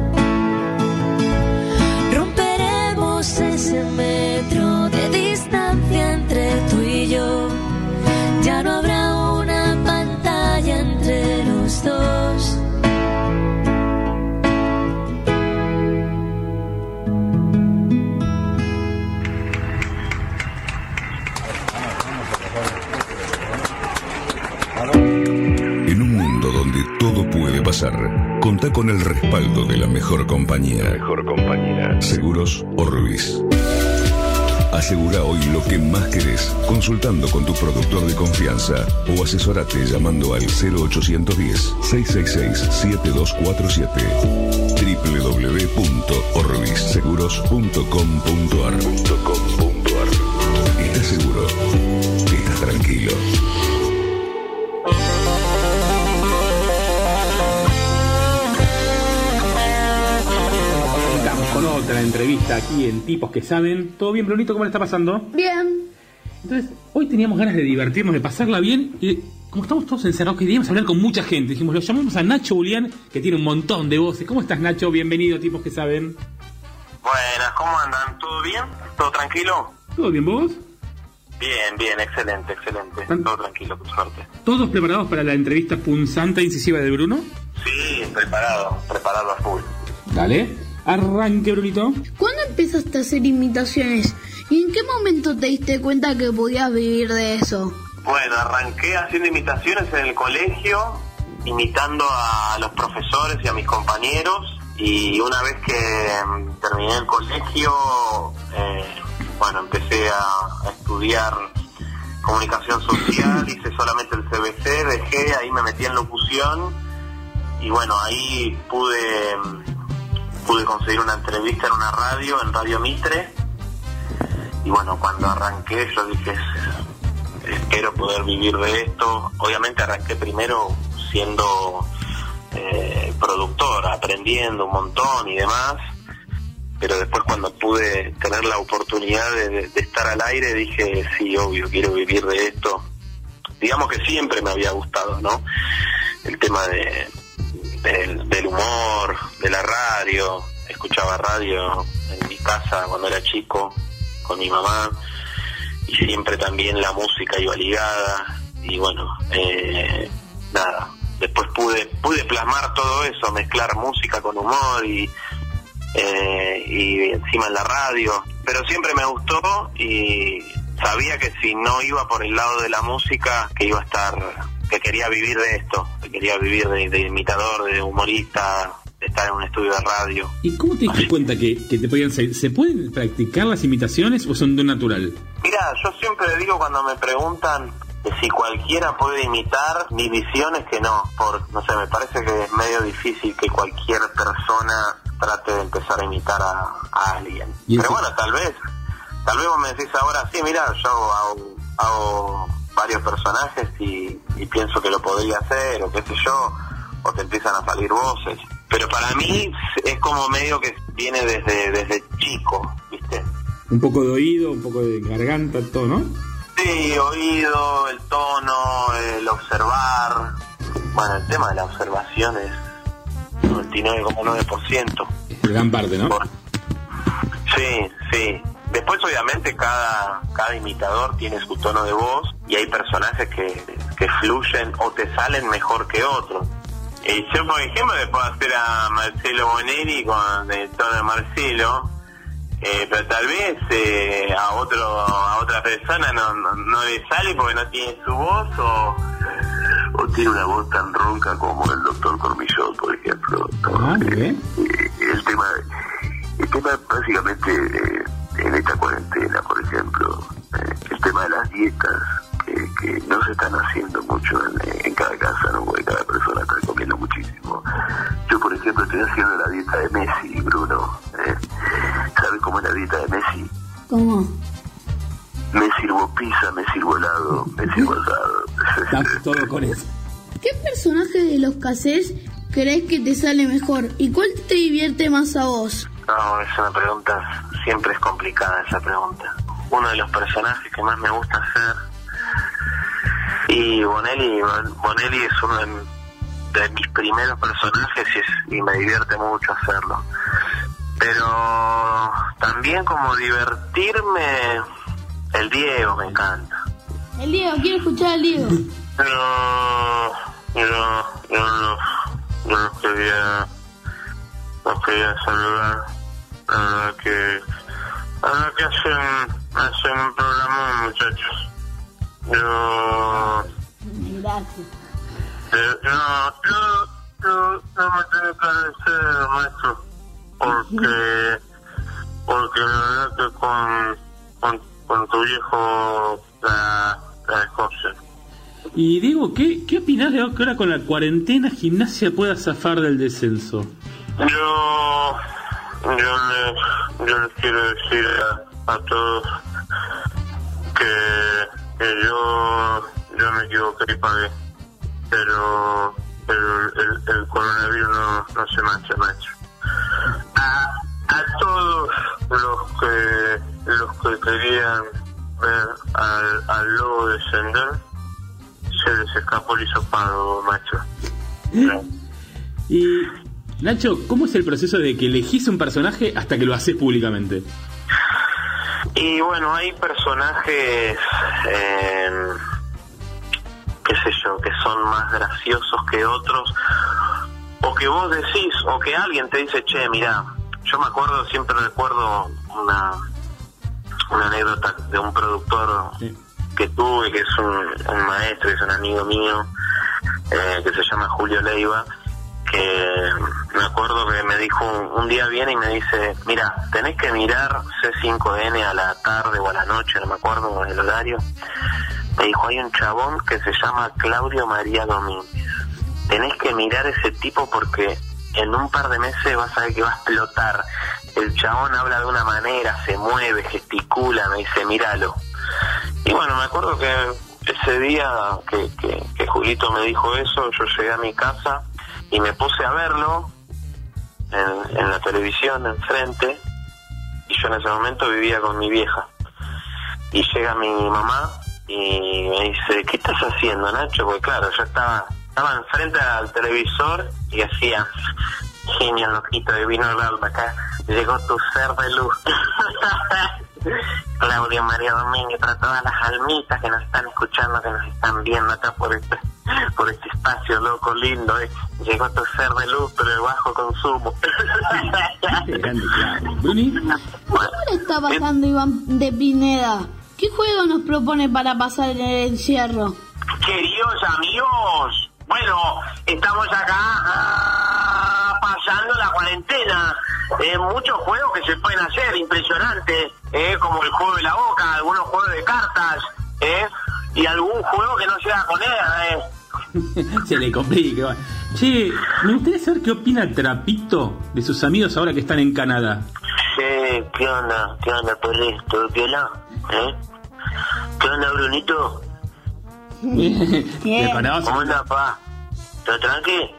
Romperemos ese metro de distancia entre tú y yo. Ya no habrá una pantalla entre los dos. En un mundo donde todo puede pasar, contá con el respaldo de la mejor compañía. Seguros Orbis. Asegura hoy lo que más querés consultando con tu productor de confianza o asesorate llamando al 0810-666-7247 www.orbisseguros.com.ar. ¿Estás seguro? ¿Estás tranquilo? Con otra entrevista aquí en Tipos que Saben. ¿Todo bien, Brunito? ¿Cómo le está pasando? Bien. Entonces, hoy teníamos ganas de divertirnos, de pasarla bien. Y como estamos todos encerrados, queríamos hablar con mucha gente. Dijimos, lo llamamos a Nacho Julián, que tiene un montón de voces. ¿Cómo estás, Nacho? Bienvenido a Tipos que Saben. Buenas, ¿cómo andan? ¿Todo bien? ¿Todo tranquilo? ¿Todo bien, vos? Bien, excelente. Todo tranquilo, por suerte. ¿Todos preparados para la entrevista punzante e incisiva de Bruno? Sí, preparado a full. Dale. Arranque, Brunito. ¿Cuándo empezaste a hacer imitaciones? ¿Y en qué momento te diste cuenta que podías vivir de eso? Bueno, arranqué haciendo imitaciones en el colegio, imitando a los profesores y a mis compañeros. Y una vez que terminé el colegio, empecé a estudiar comunicación social, hice solamente el CBC, dejé, ahí me metí en locución. Y bueno, ahí pude conseguir una entrevista en una radio, en Radio Mitre. Y bueno, cuando arranqué yo dije, espero poder vivir de esto. Obviamente arranqué primero siendo productor, aprendiendo un montón y demás. Pero después cuando pude tener la oportunidad de estar al aire, dije, sí, obvio, quiero vivir de esto. Digamos que siempre me había gustado, ¿no? El tema del humor, de la radio. Escuchaba radio en mi casa cuando era chico con mi mamá, y siempre también la música iba ligada. Y bueno, nada, después pude plasmar todo eso, mezclar música con humor y encima en la radio. Pero siempre me gustó y sabía que si no iba por el lado de la música, que quería vivir de esto, que quería vivir de imitador, de humorista, de estar en un estudio de radio. ¿Y cómo te diste cuenta que te podían salir? ¿Se pueden practicar las imitaciones o son de un natural? Mira, yo siempre digo cuando me preguntan si cualquiera puede imitar, mi visión es que no, no sé, me parece que es medio difícil que cualquier persona trate de empezar a imitar a alguien. Pero bueno, tal vez vos me decís ahora, sí, mira, yo hago varios personajes y pienso que lo podría hacer, o qué sé yo, o te empiezan a salir voces. Pero para mí es como medio que viene desde chico, ¿viste? Un poco de oído, un poco de garganta, todo, ¿no? Sí, oído, el tono, el observar. Bueno, el tema de la observación es 99,9%. Gran parte, ¿no? Sí. Después, obviamente, cada imitador tiene su tono de voz y hay personajes que fluyen o te salen mejor que otros. Yo, por ejemplo, le puedo hacer a Marcelo Bonelli con el tono de Marcelo, pero tal vez a otra persona no le sale porque no tiene su voz o tiene una voz tan ronca como el doctor Cormillot, por ejemplo. El tema básicamente en esta cuarentena, por ejemplo, el tema de las dietas que no se están haciendo mucho en cada casa, ¿no? Porque cada persona está comiendo muchísimo. Yo, por ejemplo, estoy haciendo la dieta de Messi, Bruno. ¿Sabes cómo es la dieta de Messi? ¿Cómo? Me sirvo pizza, me sirvo helado, me sirvo asado. Estás todo con eso. ¿Qué personaje de los que haces crees que te sale mejor? ¿Y cuál te divierte más a vos? No, es una pregunta, siempre es complicada esa pregunta. Uno de los personajes que más me gusta hacer, y Bonelli es uno de mis primeros personajes y me divierte mucho hacerlo. Pero también como divertirme, el Diego me encanta. El Diego, quiero escuchar al Diego. Yo los quería saludar. La verdad que hacen un programa, muchachos. Gracias. No me tengo que agradecer, maestro, porque la verdad que con tu viejo la escocia. Y Diego, ¿qué opinás de que ahora con la cuarentena Gimnasia pueda zafar del descenso? Yo les quiero decir a todos que yo me equivoqué y pagué, pero el coronavirus no se mancha, maestro. A todos los que querían ver al lobo descender, se les escapó el hisopado, macho. Y Nacho, ¿cómo es el proceso de que elegís un personaje hasta que lo haces públicamente? Y bueno, hay personajes, qué sé yo, que son más graciosos que otros, o que vos decís, o que alguien te dice, che, mirá, yo siempre recuerdo una anécdota de un productor que tuve, que es un maestro, que es un amigo mío, que se llama Julio Leiva, que me acuerdo que me dijo un día viene y me dice, mira, tenés que mirar C5N a la tarde o a la noche, no me acuerdo el horario. Me dijo, hay un chabón que se llama Claudio María Domínguez, tenés que mirar ese tipo porque en un par de meses vas a ver que va a explotar. El chabón habla de una manera, se mueve, gesticula, me dice, míralo. Y bueno, me acuerdo que ese día que Julito me dijo eso, yo llegué a mi casa y me puse a verlo en la televisión enfrente, y yo en ese momento vivía con mi vieja. Y llega mi mamá y me dice, ¿qué estás haciendo, Nacho? Porque claro, yo estaba enfrente al televisor y hacía, genio loquito de vino al alma, acá llegó tu ser de luz. Claudio María Domínguez, para todas las almitas que nos están escuchando, que nos están viendo acá por este espacio loco, lindo, llegó tu ser de luz, pero de bajo consumo. Bruni, ¿Cómo le está pasando Iván de Pineda? ¿Qué juego nos propone para pasar el encierro? Queridos amigos, bueno, estamos acá pasando la cuarentena. Muchos juegos que se pueden hacer, impresionantes, como el juego de la boca, algunos juegos de cartas, y algún juego que no sea con él, Se le complica. Che, me gustaría saber qué opina Trapito de sus amigos ahora que están en Canadá. Sí, ¿qué onda Perry? ¿Todo piola? ¿Qué onda, Brunito? ¿Te conoces? ¿Cómo anda, pa? ¿Todo tranqui?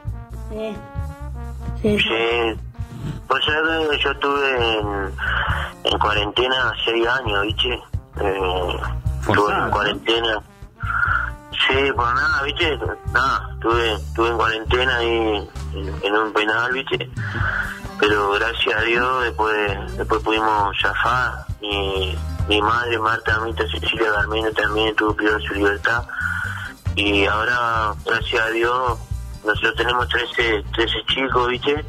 Sí. Pues sabés que yo estuve en cuarentena 6 años, ¿viste? Estuve en cuarentena. Sí, por nada, ¿viste? Nada, estuve en cuarentena ahí en un penal, ¿viste? Pero gracias a Dios después pudimos zafar. Mi madre, Marta Amita Cecilia Garmeno, también tuvo privada su libertad. Y ahora, gracias a Dios, nosotros tenemos 13 chicos, ¿viste?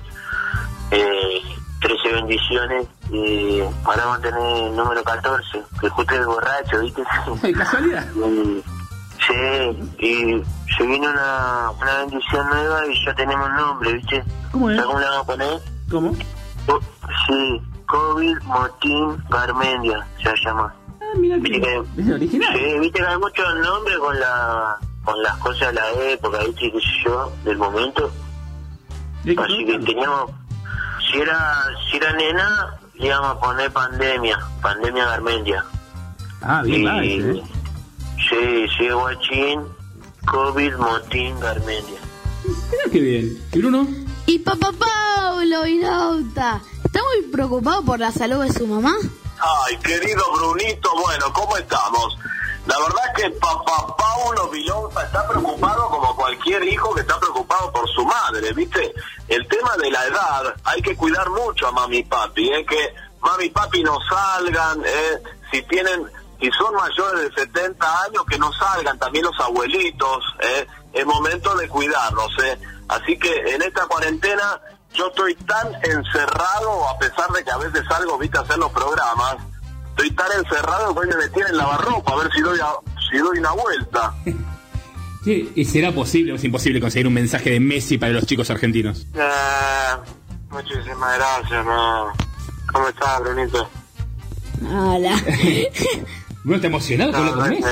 13 bendiciones. Y ahora vamos a tener el número 14, que justo es borracho, ¿viste? ¿Casualidad? Sí, y se viene una bendición nueva y ya tenemos nombre, ¿viste? ¿Cómo es? ¿Sabes cómo le vamos a poner? ¿Cómo? Sí, COVID Motín Garmendia se llama. Ah, mira que es original. Sí, viste que hay muchos nombres con las cosas de la época, ¿viste? Qué sé yo, del momento. Así que teníamos, si era nena, le íbamos a poner Pandemia Garmendia. Ah, bien, Sí, guachín, COVID Motín Garmendia. Mira qué bien. ¿Y Bruno? Y papá Paulo, Vinauta, ¿está muy preocupado por la salud de su mamá? Ay, querido Brunito, bueno, ¿cómo estamos? La verdad es que papá Paulo Vilonza está preocupado como cualquier hijo que está preocupado por su madre, ¿viste? El tema de la edad, hay que cuidar mucho a mami y papi, que mami y papi no salgan, si son mayores de 70 años, que no salgan, también los abuelitos, es momento de cuidarlos, Así que en esta cuarentena yo estoy tan encerrado, a pesar de que a veces salgo, viste, a hacer los programas, estoy tan encerrado que hoy me metí en lavarropa a ver si doy una vuelta. Sí, ¿y será posible o es imposible conseguir un mensaje de Messi para los chicos argentinos? Muchísimas gracias, no. ¿Cómo estás, Brunito? Hola. ¿No está emocionado con lo que Messi?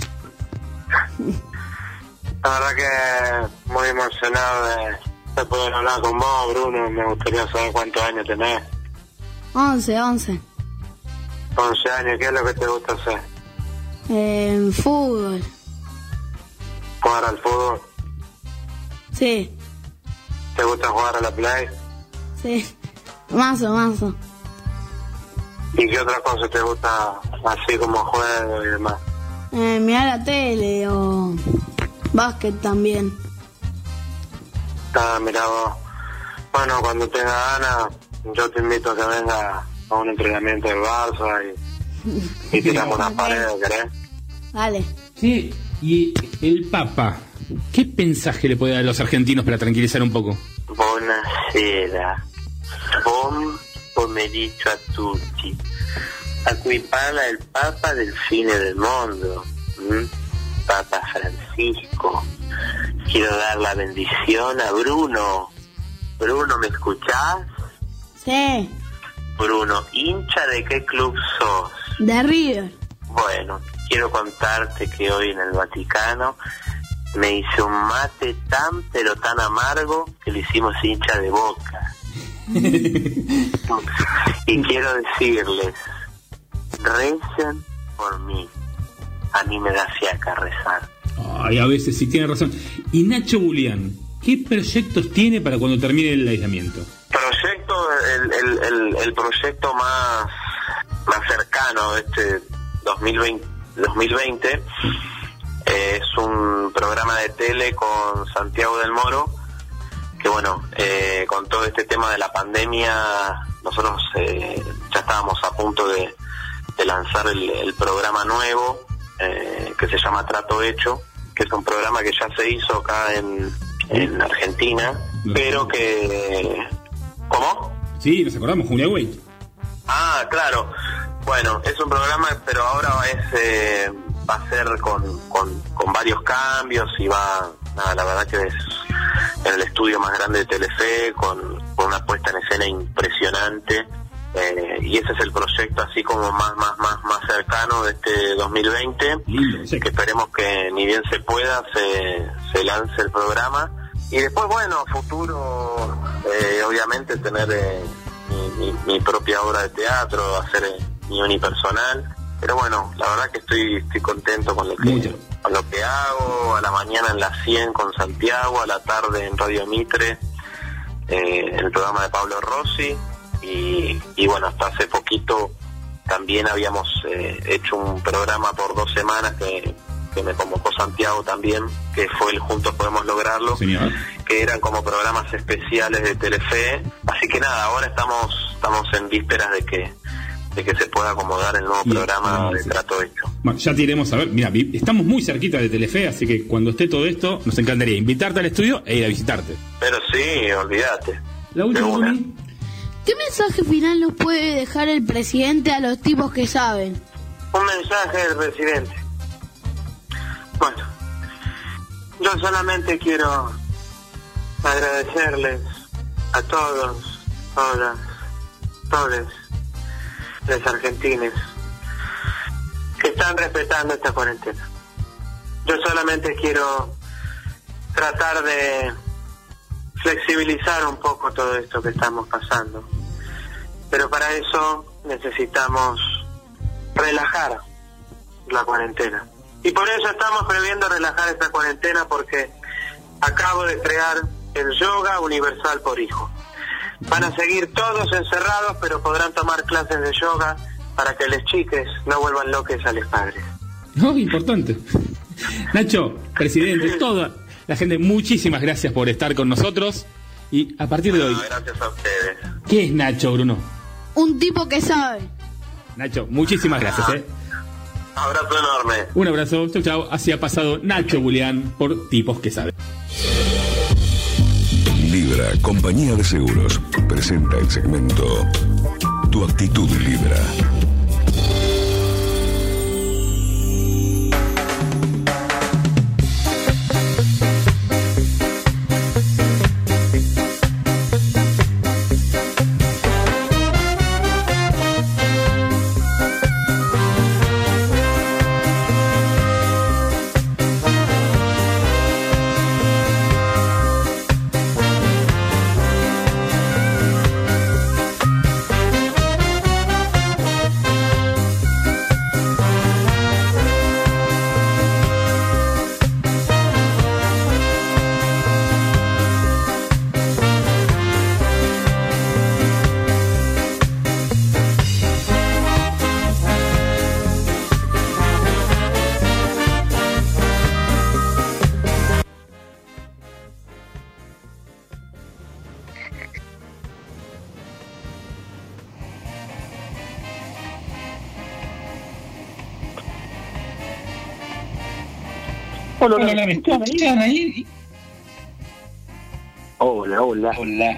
La verdad que muy emocionado de poder hablar con vos, Bruno. Me gustaría saber cuántos años tenés. 11. 11 años, ¿qué es lo que te gusta hacer? Fútbol. ¿Jugar al fútbol? Sí. ¿Te gusta jugar a la play? Sí. Mazo. ¿Y qué otra cosa te gusta así como juego y demás? Mirar la tele o básquet también. Mira vos. Bueno, cuando tenga ganas, yo te invito a que venga a un entrenamiento del Barça y tiramos unas paredes, ¿querés? Vale. Sí, y el Papa, ¿qué mensaje le puede dar a los argentinos para tranquilizar un poco? Buonasera. Buon pomeriggio a tutti. A cui parla il Papa del fine del mondo, Papa Francisco. Quiero dar la bendición a Bruno. Bruno, ¿me escuchás? Sí. Bruno, ¿hincha de qué club sos? De River. Bueno, quiero contarte que hoy en el Vaticano me hice un mate tan pero tan amargo que le hicimos hincha de Boca. Y quiero decirles, recen por mí. A mí me da fiaca rezar. Ay, a veces sí tiene razón. Y Nacho Julián, ¿qué proyectos tiene para cuando termine el aislamiento? El proyecto más cercano de este 2020 es un programa de tele con Santiago del Moro, que bueno, con todo este tema de la pandemia, nosotros ya estábamos a punto de lanzar el programa nuevo, que se llama Trato Hecho, que es un programa que ya se hizo acá en Argentina, pero que... ¿Cómo? Sí, nos acordamos, Julia Wade. Ah, claro. Bueno, es un programa, pero ahora va a ser con varios cambios y la verdad que es en el estudio más grande de Telefe, con una puesta en escena impresionante. y ese es el proyecto así como más cercano de este 2020. Lindo, sí. Que esperemos que ni bien se pueda se lance el programa, y después bueno, futuro obviamente tener mi propia obra de teatro, hacer mi unipersonal. Pero bueno, la verdad que estoy contento con lo que hago. A la mañana en la 100 con Santiago, a la tarde en Radio Mitre, el programa de Pablo Rossi, y bueno, hasta hace poquito también habíamos hecho un programa por 2 semanas que me convocó Santiago también, que fue el Juntos Podemos Lograrlo, señor, que eran como programas especiales de Telefe. Así que nada, ahora estamos en vísperas de que se pueda acomodar el nuevo programa de Trato Hecho. Bueno, ya te iremos a ver. Mira, estamos muy cerquita de Telefe, así que cuando esté todo esto, nos encantaría invitarte al estudio e ir a visitarte. Pero sí, olvídate. La última, Rumi. ¿Qué mensaje final nos puede dejar el presidente a los tipos que saben? Un mensaje del presidente. Bueno, yo solamente quiero agradecerles a todos, todos los argentines que están respetando esta cuarentena. Yo solamente quiero tratar de flexibilizar un poco todo esto que estamos pasando, pero para eso necesitamos relajar la cuarentena, y por eso estamos previendo relajar esta cuarentena, porque acabo de crear el yoga universal por hijo. Van a seguir todos encerrados, pero podrán tomar clases de yoga para que les chiques no vuelvan loques a los padres. No, importante. Nacho, presidente, toda la gente, muchísimas gracias por estar con nosotros. Y a partir de hoy, gracias a ustedes. ¿Qué es Nacho, Bruno? Un tipo que sabe. Nacho, muchísimas gracias. Abrazo enorme. Un abrazo, chau chau. Así ha pasado Nacho Julián por Tipos que Saben. Libra, compañía de seguros, presenta el segmento Tu actitud Libra. Hola, ¿me escuchan ahí? Hola. Hola,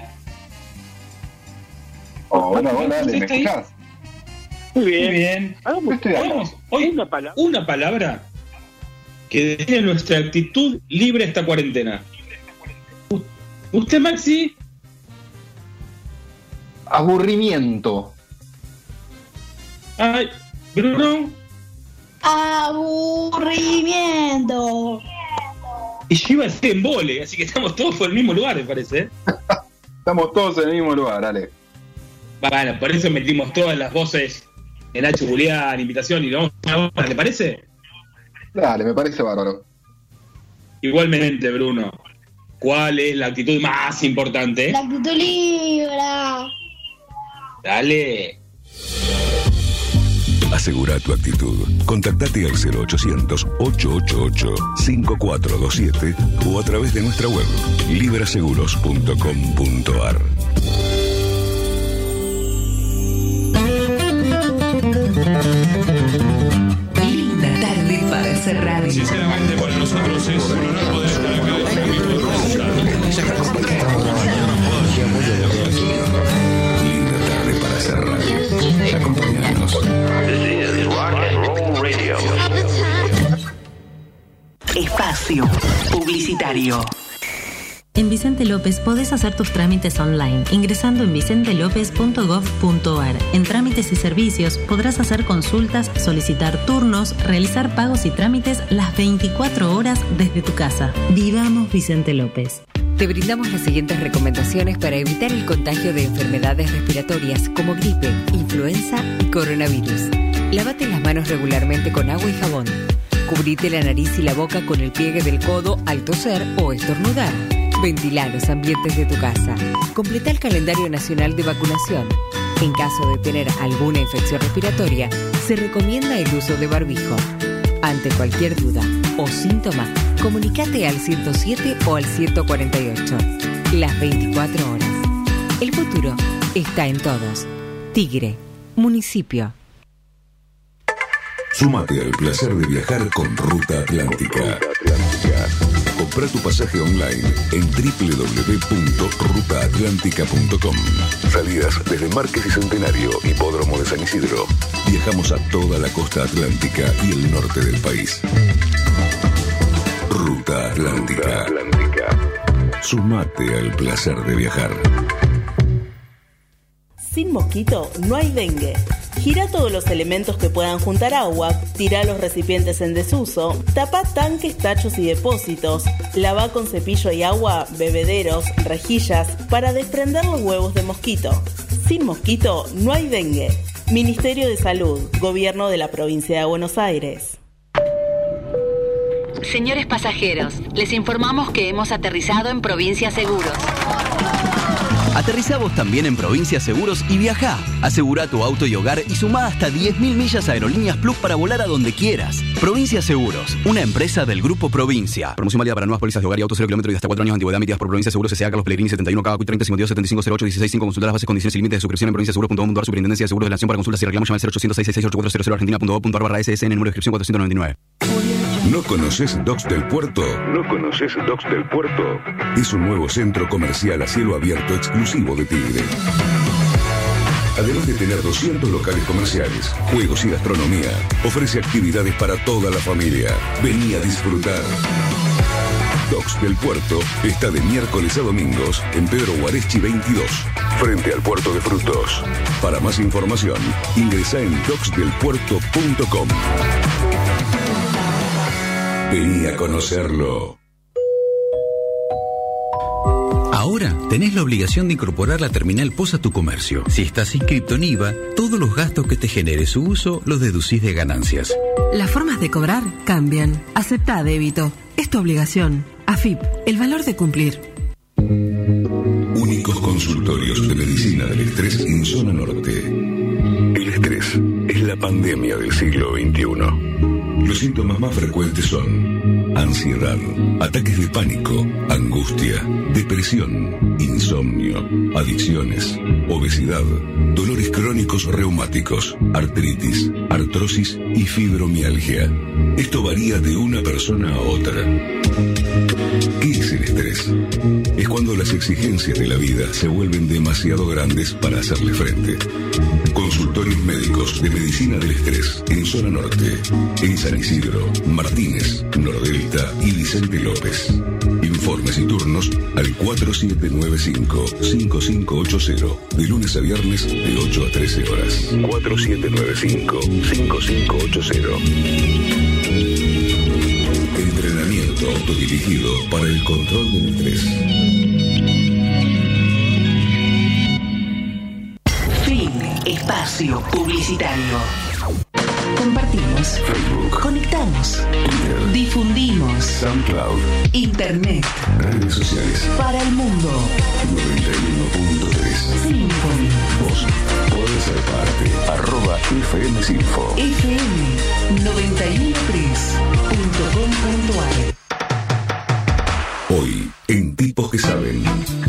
¿me escuchás? Muy bien. Vamos, hoy una palabra que define nuestra actitud libre esta cuarentena. ¿Usted, Maxi? Aburrimiento. Ay, Bruno. Aburrimiento. Y yo iba a decir embole, así que estamos todos por el mismo lugar, me parece. Estamos todos en el mismo lugar, dale. Bueno, por eso metimos todas las voces de Nacho Julián, invitación, y lo vamos a ahora, ¿le parece? Dale, me parece bárbaro. Igualmente, Bruno, ¿cuál es la actitud más importante? La actitud libre. Dale. Asegura tu actitud. Contactate al 0800-888-5427 o a través de nuestra web libraseguros.com.ar. Linda tarde para hacer radio. Sinceramente, para nosotros es un honor poder estar acá. Linda tarde para hacer radio. Acompáñanos. Espacio publicitario. En Vicente López podés hacer tus trámites online ingresando en vicentelopez.gov.ar. En trámites y servicios podrás hacer consultas, solicitar turnos, realizar pagos y trámites las 24 horas desde tu casa. Vivamos Vicente López. Te brindamos las siguientes recomendaciones para evitar el contagio de enfermedades respiratorias como gripe, influenza y coronavirus. Lávate las manos regularmente con agua y jabón. Cubrite la nariz y la boca con el pliegue del codo al toser o estornudar. Ventila los ambientes de tu casa. Completa el calendario nacional de vacunación. En caso de tener alguna infección respiratoria, se recomienda el uso de barbijo. Ante cualquier duda o síntoma, comunícate al 107 o al 148. Las 24 horas. El futuro está en todos. Tigre, municipio. Súmate al placer de viajar con Ruta Atlántica. Compra tu pasaje online en www.rutaatlántica.com. Salidas desde Márquez y Centenario, Hipódromo de San Isidro. Viajamos a toda la costa atlántica y el norte del país. Ruta Atlántica. Súmate al placer de viajar. Sin mosquito no hay dengue. Gira todos los elementos que puedan juntar agua, tira los recipientes en desuso, tapa tanques, tachos y depósitos, lava con cepillo y agua bebederos, rejillas, para desprender los huevos de mosquito. Sin mosquito no hay dengue. Ministerio de Salud, Gobierno de la Provincia de Buenos Aires. Señores pasajeros, les informamos que hemos aterrizado en Provincia Seguros. Aterrizá vos también en Provincia Seguros y viajá. Asegurá tu auto y hogar y sumá hasta 10.000 millas a Aerolíneas Plus para volar a donde quieras. Provincia Seguros, una empresa del Grupo Provincia. Promoción válida para nuevas pólizas de hogar y autos 0 kilómetros y hasta 4 años de antigüedad emitidas por Provincia Seguros S.A. Carlos Pellegrini 71 KQ 30 52 75 08 16 5. Consultar las bases, condiciones y límites de suscripción en provinciaseguros.com.ar. Superintendencia de Seguros de la Nación. Para consultas y reclamos llama al 0800 668 4400 argentina.gov.ar/SSN, número de inscripción 499. ¿No conoces Docks del Puerto? ¿No conoces Docks del Puerto? Es un nuevo centro comercial a cielo abierto exclusivo de Tigre. Además de tener 200 locales comerciales, juegos y gastronomía, ofrece actividades para toda la familia. Vení a disfrutar. Docks del Puerto está de miércoles a domingos en Pedro Guareschi 22, frente al Puerto de Frutos. Para más información, ingresá en docksdelpuerto.com. Vení a conocerlo. Ahora tenés la obligación de incorporar la terminal POS a tu comercio. Si estás inscrito en IVA, todos los gastos que te genere su uso los deducís de ganancias. Las formas de cobrar cambian. Aceptá débito. Es tu obligación. AFIP, el valor de cumplir. Únicos consultorios de medicina del estrés en zona norte. El estrés es la pandemia del siglo XXI. Los síntomas más frecuentes son ansiedad, ataques de pánico, angustia, depresión, insomnio, adicciones, obesidad, dolores crónicos reumáticos, artritis, artrosis y fibromialgia. Esto varía de una persona a otra. ¿Qué es el estrés? Es cuando las exigencias de la vida se vuelven demasiado grandes para hacerle frente. Consultorios médicos de medicina del estrés en zona norte, en San Isidro, Martínez, Nordelta y Vicente López. Informes y turnos al 4795-5580, de lunes a viernes de 8 a 13 horas. 4795-5580. Entrenamiento autodirigido para el control del estrés. Fin. Espacio publicitario. Compartimos. Facebook. Conectamos. Twitter. Difundimos. SoundCloud. Internet. Redes sociales. Para el mundo. 91.3. Sinfony. Vos podés ser parte. @FM Sinfo. FM 91.3.com.ar. Hoy, en Tipos que Saben.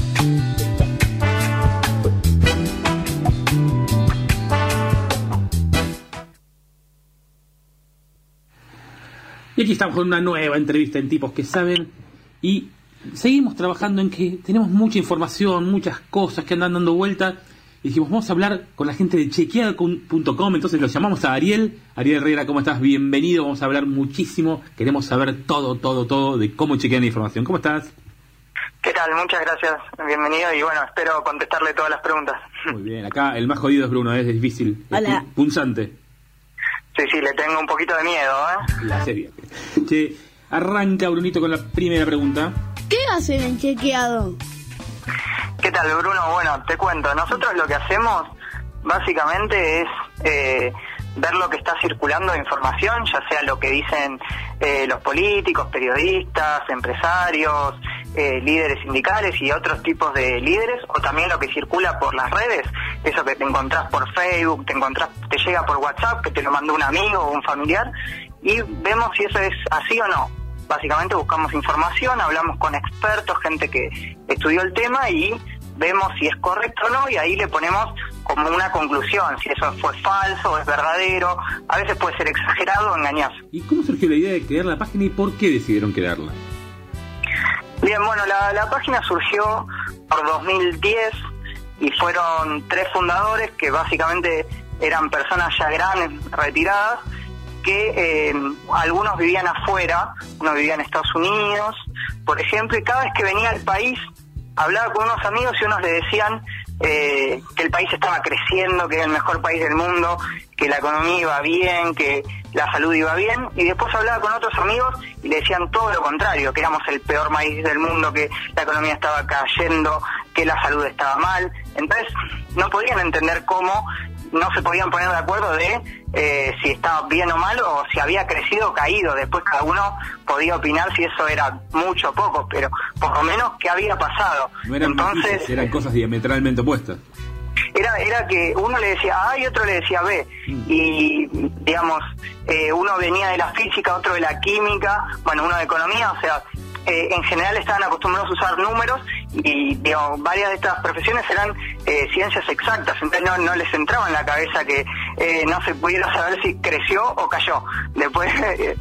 Y aquí estamos con una nueva entrevista en Tipos que Saben y seguimos trabajando en que tenemos mucha información, muchas cosas que andan dando vuelta y dijimos, vamos a hablar con la gente de chequeado.com, entonces lo llamamos a Ariel. Ariel Herrera, ¿cómo estás? Bienvenido, vamos a hablar muchísimo, queremos saber todo de cómo chequean la información. ¿Cómo estás? ¿Qué tal? Muchas gracias, bienvenido y bueno, espero contestarle todas las preguntas. Muy bien, acá el más jodido es Bruno, es difícil, Hola. es punzante. Sí, le tengo un poquito de miedo, La serie. Che, arranca Brunito con la primera pregunta. ¿Qué hacen en Chequeado? ¿Qué tal, Bruno? Bueno, te cuento, nosotros lo que hacemos básicamente es ver lo que está circulando de información, ya sea lo que dicen los políticos, periodistas, empresarios, líderes sindicales y otros tipos de líderes, o también lo que circula por las redes, eso que te encontrás por Facebook, te llega por WhatsApp, que te lo mandó un amigo o un familiar, y vemos si eso es así o no. Básicamente buscamos información, hablamos con expertos, gente que estudió el tema y vemos si es correcto o no, y ahí le ponemos como una conclusión, si eso fue falso o es verdadero. A veces puede ser exagerado o engañoso. ¿Y cómo surgió la idea de crear la página y por qué decidieron crearla? Bien, bueno, la página surgió por 2010 y fueron 3 fundadores que básicamente eran personas ya grandes, retiradas, que algunos vivían afuera, uno vivía en Estados Unidos, por ejemplo, y cada vez que venía al país hablaba con unos amigos y unos le decían que el país estaba creciendo, que era el mejor país del mundo, que la economía iba bien, que la salud iba bien, y después hablaba con otros amigos y le decían todo lo contrario, que éramos el peor país del mundo, que la economía estaba cayendo, que la salud estaba mal. Entonces no podían entender cómo no se podían poner de acuerdo de si estaba bien o mal, o si había crecido o caído. Después cada uno podía opinar si eso era mucho o poco, pero por lo menos qué había pasado. No eran entonces matices, eran cosas diametralmente opuestas. Era que uno le decía A y otro le decía B, y digamos, uno venía de la física, otro de la química, bueno, uno de economía, o sea, en general estaban acostumbrados a usar números y digamos, varias de estas profesiones eran ciencias exactas, entonces no les entraba en la cabeza que no se pudiera saber si creció o cayó. Después,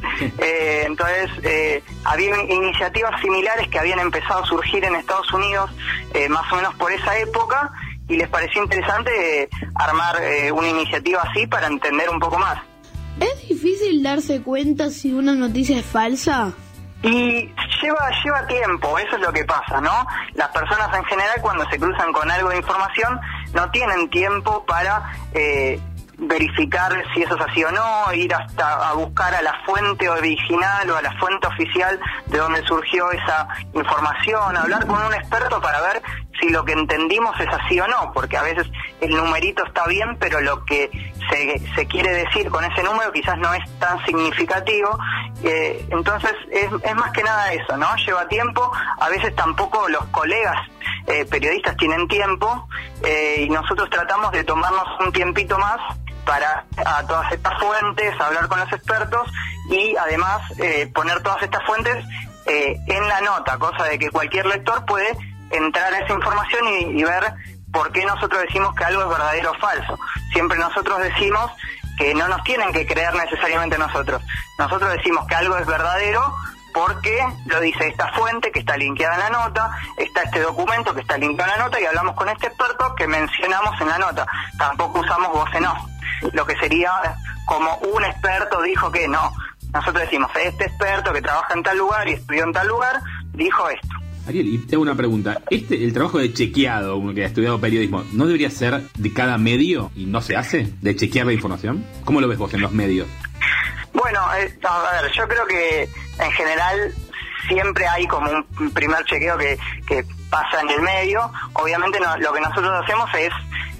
entonces, había iniciativas similares que habían empezado a surgir en Estados Unidos más o menos por esa época, y les pareció interesante armar una iniciativa así para entender un poco más. ¿Es difícil darse cuenta si una noticia es falsa? Y lleva tiempo, eso es lo que pasa, ¿no? Las personas en general, cuando se cruzan con algo de información, no tienen tiempo para verificar si eso es así o no, ir hasta a buscar a la fuente original o a la fuente oficial de donde surgió esa información, hablar con un experto para ver si lo que entendimos es así o no, porque a veces el numerito está bien, pero lo que se quiere decir con ese número quizás no es tan significativo. Entonces es más que nada eso, ¿no? Lleva tiempo, a veces tampoco los colegas periodistas tienen tiempo, y nosotros tratamos de tomarnos un tiempito más para a todas estas fuentes, hablar con los expertos y además poner todas estas fuentes en la nota, cosa de que cualquier lector puede entrar a esa información y ver por qué nosotros decimos que algo es verdadero o falso. Siempre nosotros decimos que no nos tienen que creer necesariamente nosotros. Nosotros decimos que algo es verdadero porque lo dice esta fuente que está linkeada en la nota, está este documento que está linkeado en la nota y hablamos con este experto que mencionamos en la nota. Tampoco usamos voz en off, lo que sería como un experto dijo que no. Nosotros decimos, este experto que trabaja en tal lugar y estudió en tal lugar, dijo esto. Ariel, y te hago una pregunta. El trabajo de chequeado, uno que ha estudiado periodismo, ¿no debería ser de cada medio y no se hace? ¿De chequear la información? ¿Cómo lo ves vos en los medios? Bueno, a ver, yo creo que en general siempre hay como un primer chequeo que pasa en el medio. Obviamente lo que nosotros hacemos es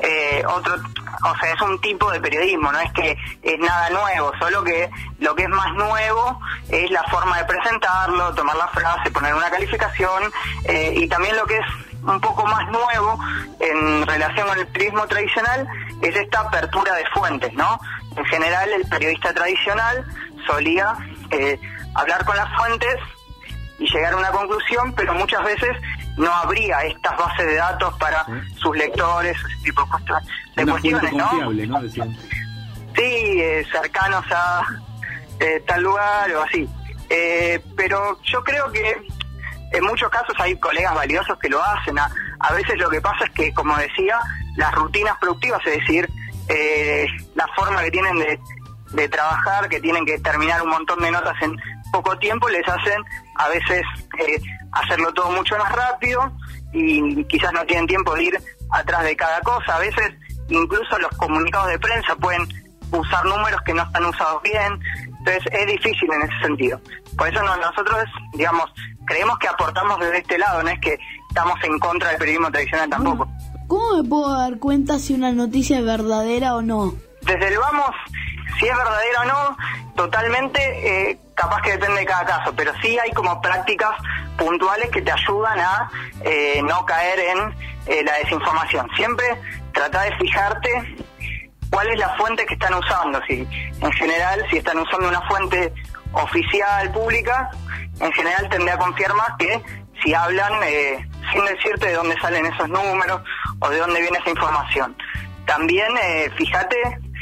es un tipo de periodismo, no es que es nada nuevo, solo que lo que es más nuevo es la forma de presentarlo, tomar la frase, poner una calificación, y también lo que es un poco más nuevo en relación con el periodismo tradicional es esta apertura de fuentes, ¿no? En general el periodista tradicional solía hablar con las fuentes y llegar a una conclusión, pero muchas veces no habría estas bases de datos para sus lectores, ese tipo de cuestiones, ¿no? Confiable, ¿no? Decían. Sí, cercanos a tal lugar o así. Pero yo creo que en muchos casos hay colegas valiosos que lo hacen. A veces lo que pasa es que, como decía, las rutinas productivas, es decir, la forma que tienen de trabajar, que tienen que terminar un montón de notas en poco tiempo, les hacen a veces hacerlo todo mucho más rápido y quizás no tienen tiempo de ir atrás de cada cosa. A veces incluso los comunicados de prensa pueden usar números que no están usados bien, entonces es difícil en ese sentido. Por eso nosotros, digamos, creemos que aportamos desde este lado, no es que estamos en contra del periodismo tradicional tampoco. ¿Cómo me puedo dar cuenta si una noticia es verdadera o no? Desde el vamos, si es verdadera o no, totalmente, capaz que depende de cada caso, pero sí hay como prácticas puntuales que te ayudan a no caer en la desinformación. Siempre trata de fijarte cuál es la fuente que están usando. Si en general, si están usando una fuente oficial, pública, en general tendré a confiar más que si hablan sin decirte de dónde salen esos números o de dónde viene esa información. También fíjate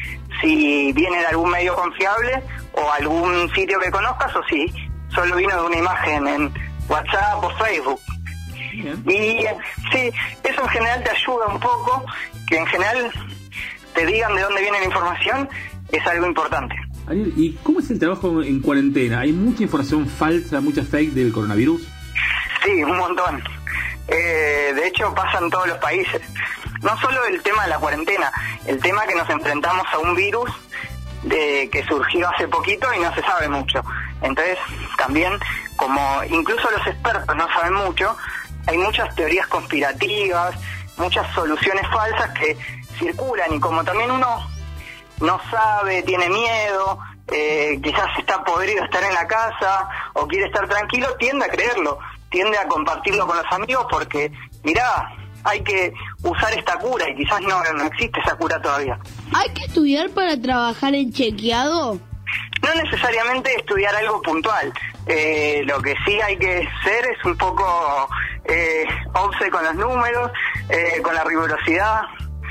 si viene de algún medio confiable o algún sitio que conozcas, o si solo vino de una imagen en WhatsApp o Facebook. Bien. Y sí, eso en general te ayuda un poco, que en general te digan de dónde viene la información, es algo importante. Ariel, ¿y cómo es el trabajo en cuarentena? ¿Hay mucha información falsa, mucha fake del coronavirus? Sí, un montón. De hecho pasa en todos los países. No solo el tema de la cuarentena, el tema que nos enfrentamos a un virus que surgió hace poquito y no se sabe mucho. Entonces también, como incluso los expertos no saben mucho, hay muchas teorías conspirativas, muchas soluciones falsas que circulan, y como también uno no sabe, tiene miedo, quizás está podrido estar en la casa o quiere estar tranquilo, tiende a creerlo, tiende a compartirlo con los amigos porque, mirá, hay que usar esta cura y quizás no existe esa cura todavía. ¿Hay que estudiar para trabajar en Chequeado? No necesariamente estudiar algo puntual. Lo que sí hay que ser es un poco obse con los números, con la rigurosidad.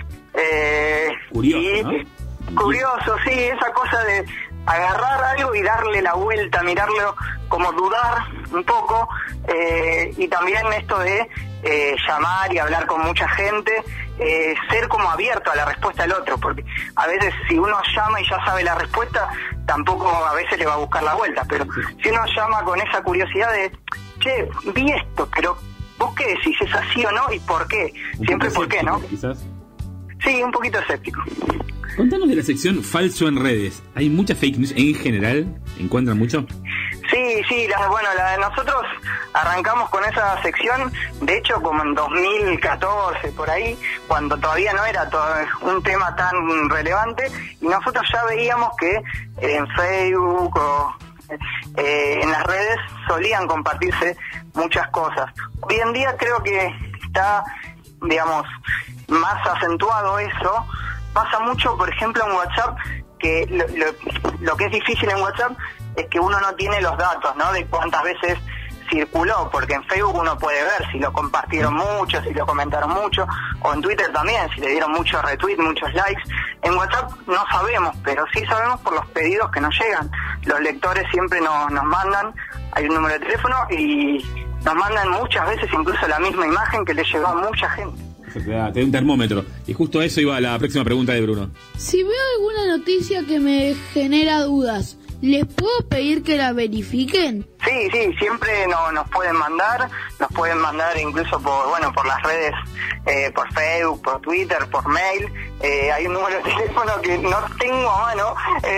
Curioso, ¿no? Curioso, sí, esa cosa de agarrar algo y darle la vuelta, mirarlo, como dudar un poco, y también esto de llamar y hablar con mucha gente, ser como abierto a la respuesta del otro, porque a veces si uno llama y ya sabe la respuesta, tampoco a veces le va a buscar la vuelta, pero si uno llama con esa curiosidad de, che, vi esto, pero ¿vos qué decís? ¿Es así o no? ¿Y por qué? Siempre por qué, ¿no? Quizás. Sí, un poquito escéptico. Contanos de la sección falso en redes. ¿Hay mucha fake news en general? ¿Encuentran mucho? Sí, la de nosotros arrancamos con esa sección, de hecho como en 2014, por ahí, cuando todavía no era todo un tema tan relevante, y nosotros ya veíamos que en Facebook o en las redes solían compartirse muchas cosas. Hoy en día creo que está, digamos, más acentuado eso. Pasa mucho, por ejemplo, en WhatsApp, que lo que es difícil en WhatsApp es que uno no tiene los datos, ¿no?, de cuántas veces circuló, porque en Facebook uno puede ver si lo compartieron mucho, si lo comentaron mucho, o en Twitter también, si le dieron muchos retweets, muchos likes. En WhatsApp no sabemos, pero sí sabemos por los pedidos que nos llegan. Los lectores siempre nos mandan, hay un número de teléfono y nos mandan muchas veces incluso la misma imagen que le llegó a mucha gente. Te da un termómetro. Y justo a eso iba la próxima pregunta de Bruno. Si veo alguna noticia que me genera dudas, ¿les puedo pedir que la verifiquen? Sí, siempre nos pueden mandar incluso por las redes, por Facebook, por Twitter, por mail. Hay un número de teléfono que no tengo a mano,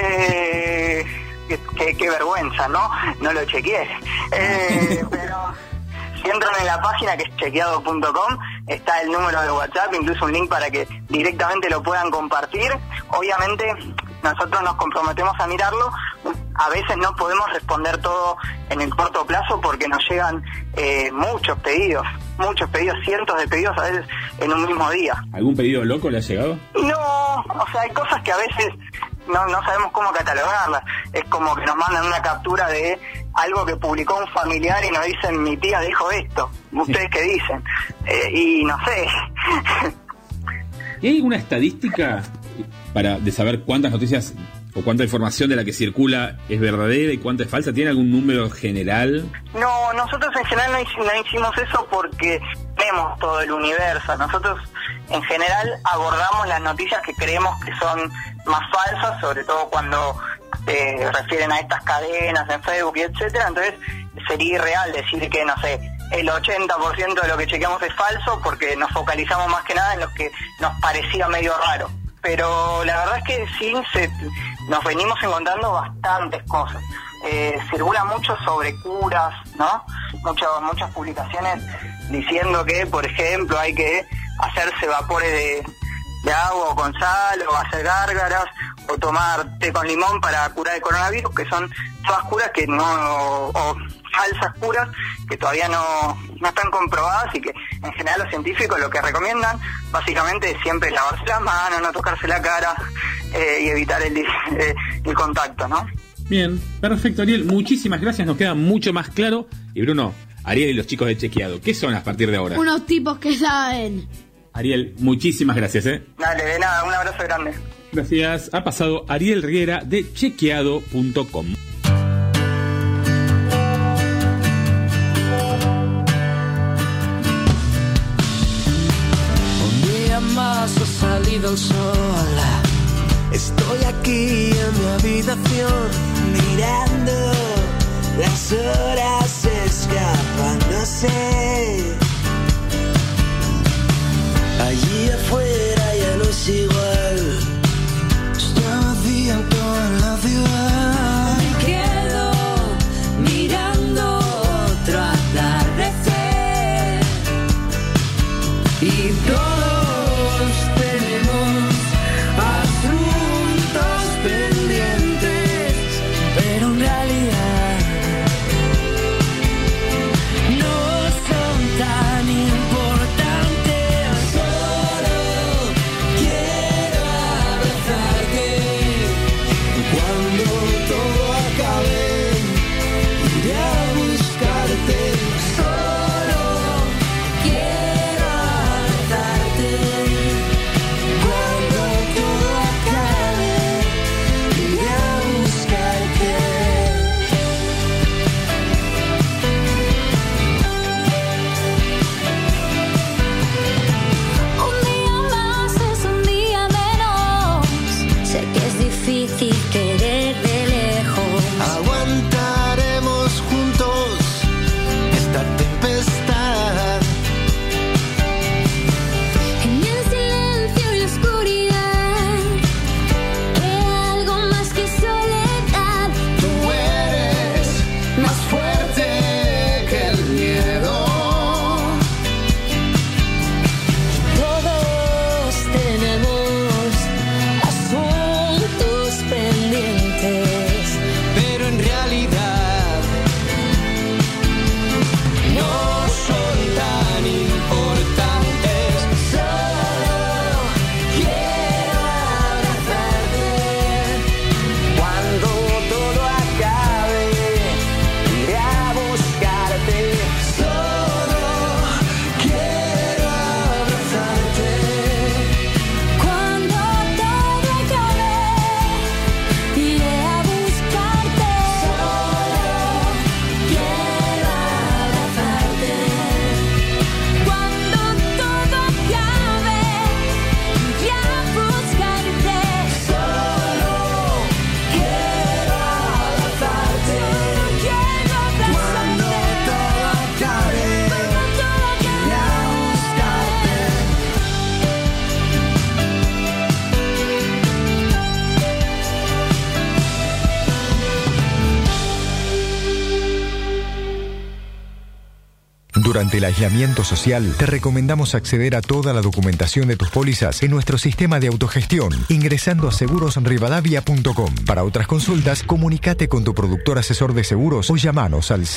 qué vergüenza, no lo chequeé. Pero si entran en la página, que es chequeado.com, está el número de WhatsApp, incluso un link para que directamente lo puedan compartir. Obviamente nosotros nos comprometemos a mirarlo. A veces no podemos responder todo en el corto plazo porque nos llegan muchos pedidos, cientos de pedidos a veces en un mismo día. ¿Algún pedido loco le ha llegado? No, o sea, hay cosas que a veces no sabemos cómo catalogarlas. Es como que nos mandan una captura de algo que publicó un familiar y nos dicen, mi tía dijo esto, ¿ustedes qué dicen? Y no sé. ¿Y hay alguna estadística de saber cuántas noticias o cuánta información de la que circula es verdadera y cuánta es falsa? ¿Tiene algún número general? No, nosotros en general no hicimos eso porque vemos todo el universo. Nosotros en general abordamos las noticias que creemos que son más falsas, sobre todo cuando refieren a estas cadenas en Facebook y etcétera. Entonces sería irreal decir que, no sé, el 80% de lo que chequeamos es falso, porque nos focalizamos más que nada en lo que nos parecía medio raro. Pero la verdad es que sí, nos venimos encontrando bastantes cosas. Circula mucho sobre curas, ¿no? Muchas publicaciones diciendo que, por ejemplo, hay que hacerse vapores de agua o con sal, o hacer gárgaras, o tomar té con limón para curar el coronavirus, que son todas curas que o falsas curas que todavía no están comprobadas, y que en general los científicos lo que recomiendan básicamente es siempre lavarse las manos, no tocarse la cara y evitar el contacto, ¿no? Bien, perfecto, Ariel, muchísimas gracias, nos queda mucho más claro. Y Bruno, Ariel y los chicos de Chequeado, ¿qué son a partir de ahora? Unos tipos que saben. Ariel, muchísimas gracias, Dale, de nada, un abrazo grande. Gracias. Ha pasado Ariel Riera de chequeado.com. Un día más ha salido el sol. Estoy aquí en mi habitación mirando las horas escapándose. Allí afuera ya no es igual. Está vacía en toda la ciudad. Me quedo mirando otro atardecer. Y todos tenemos asuntos pendientes, pero en realidad no son tan importantes. Solo quiero abrazarte. Cuando todo acabe, iré a buscarte. Solo quiero abrazarte. Cuando todo acabe, iré a buscarte. Un día más es un día menos. Sé que es difícil querer de lejos. Aguantaremos juntos esta tempestad. En el silencio y la oscuridad queda algo más que soledad. Tú eres más fuerte que el miedo. Todos tenemos asuntos pendientes, Pero en realidad no son tan importantes. Solo quiero abrazarte. Cuando todo acabe, iré a buscarte. Solo quiero abrazarte. cuando todo acabe, iré a buscarte. Solo quiero abrazarte. Cuando todo acabe, iré a buscarte. Solo quiero abrazarte. Quiero Cuando todo acabe, iré a buscarte. Durante el aislamiento social, te recomendamos acceder a toda la documentación de tus pólizas en nuestro sistema de autogestión, ingresando a segurosrivadavia.com. Para otras consultas, comunícate con tu productor asesor de seguros o llamanos al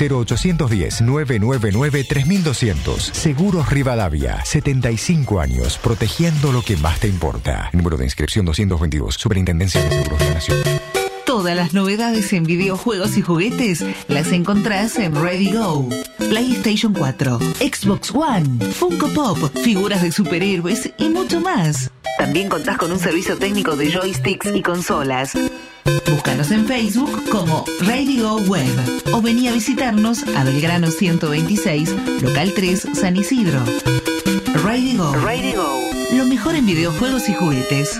0810-999-3200. Seguros Rivadavia, 75 años, protegiendo lo que más te importa. Número de inscripción 222, Superintendencia de Seguros de la Nación. Todas las novedades en videojuegos y juguetes las encontrás en ReadyGo. PlayStation 4, Xbox One, Funko Pop, figuras de superhéroes y mucho más. También contás con un servicio técnico de joysticks y consolas. Búscanos en Facebook como ReadyGo Web o vení a visitarnos a Belgrano 126, local 3, San Isidro. ReadyGo. Lo mejor en videojuegos y juguetes.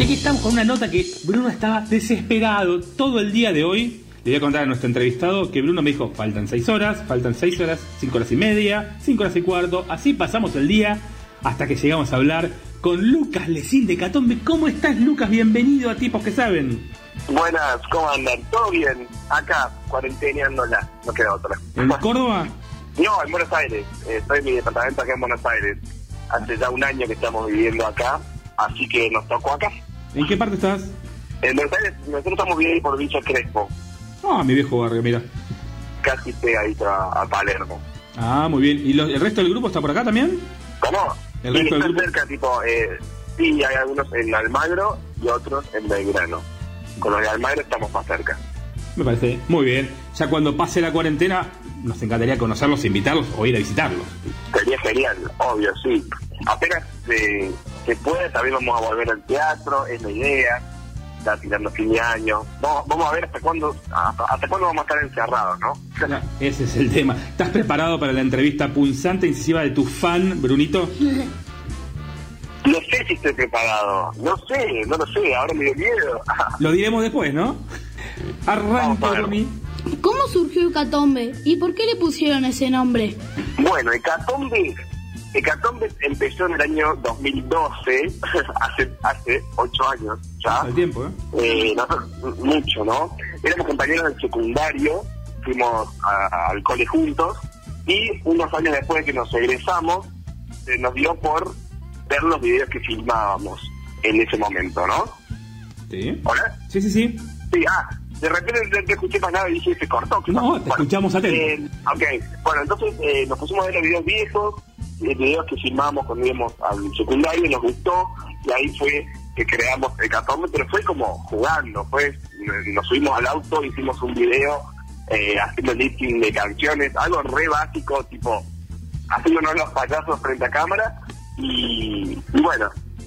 aquí estamos con una nota que Bruno estaba desesperado todo el día de hoy. Le voy a contar a nuestro entrevistado que Bruno me dijo, faltan 6 horas, 5 horas y media, 5 horas y cuarto. Así pasamos el día hasta que llegamos a hablar con Lucas Lecín de Hecatombe. ¿Cómo estás, Lucas? Bienvenido a Tipos que Saben. Buenas, ¿cómo andan? ¿Todo bien? Acá, cuarenteneándola, no queda otra. ¿En Córdoba? No, en Buenos Aires. Estoy en mi departamento acá en Buenos Aires. Hace ya un año que estamos viviendo acá, así que nos tocó acá. ¿En qué parte estás? En Buenos Aires, nosotros estamos viviendo por Villa Crespo. Ah, mi viejo barrio, mira. Casi pegadito a Palermo. Ah, muy bien. ¿Y el resto del grupo está por acá también? ¿Cómo? ¿El resto del grupo? Cerca, tipo, sí, hay algunos en Almagro y otros en Belgrano. Con los de Almagro estamos más cerca. Me parece muy bien. Ya cuando pase la cuarentena, nos encantaría conocerlos, invitarlos o ir a visitarlos. Sería genial, obvio, sí. Apenas se puede, también vamos a volver al teatro, es la idea. Está tirando fin de año. Vamos a ver hasta cuándo vamos a estar encerrados, ¿no? Claro, ese es el tema. ¿Estás preparado para la entrevista punzante e incisiva de tu fan, Brunito? No sé si estoy preparado. No lo sé. Ahora me dio miedo. Lo diremos después, ¿no? Arranca, Bruni. ¿Cómo surgió Hecatombe? ¿Y por qué le pusieron ese nombre? Bueno, Hecatombe empezó en el año 2012, hace 8 años ya. Al tiempo, Mucho, ¿no? Éramos compañeros del secundario, fuimos al cole juntos, y unos años después de que nos egresamos, nos dio por ver los videos que filmábamos en ese momento, ¿no? Sí. ¿Hola? Sí. Sí, de repente no te escuché más nada y dije, se cortó. No, te escuchamos atentos. Ok, bueno, entonces nos pusimos a ver los videos viejos, videos que filmamos cuando íbamos al secundario, nos gustó, y ahí fue que creamos Hecatombe, pero fue como jugando, nos subimos al auto, hicimos un video haciendo lip-sync de canciones, algo re básico, tipo haciéndonos los payasos frente a cámara, y bueno,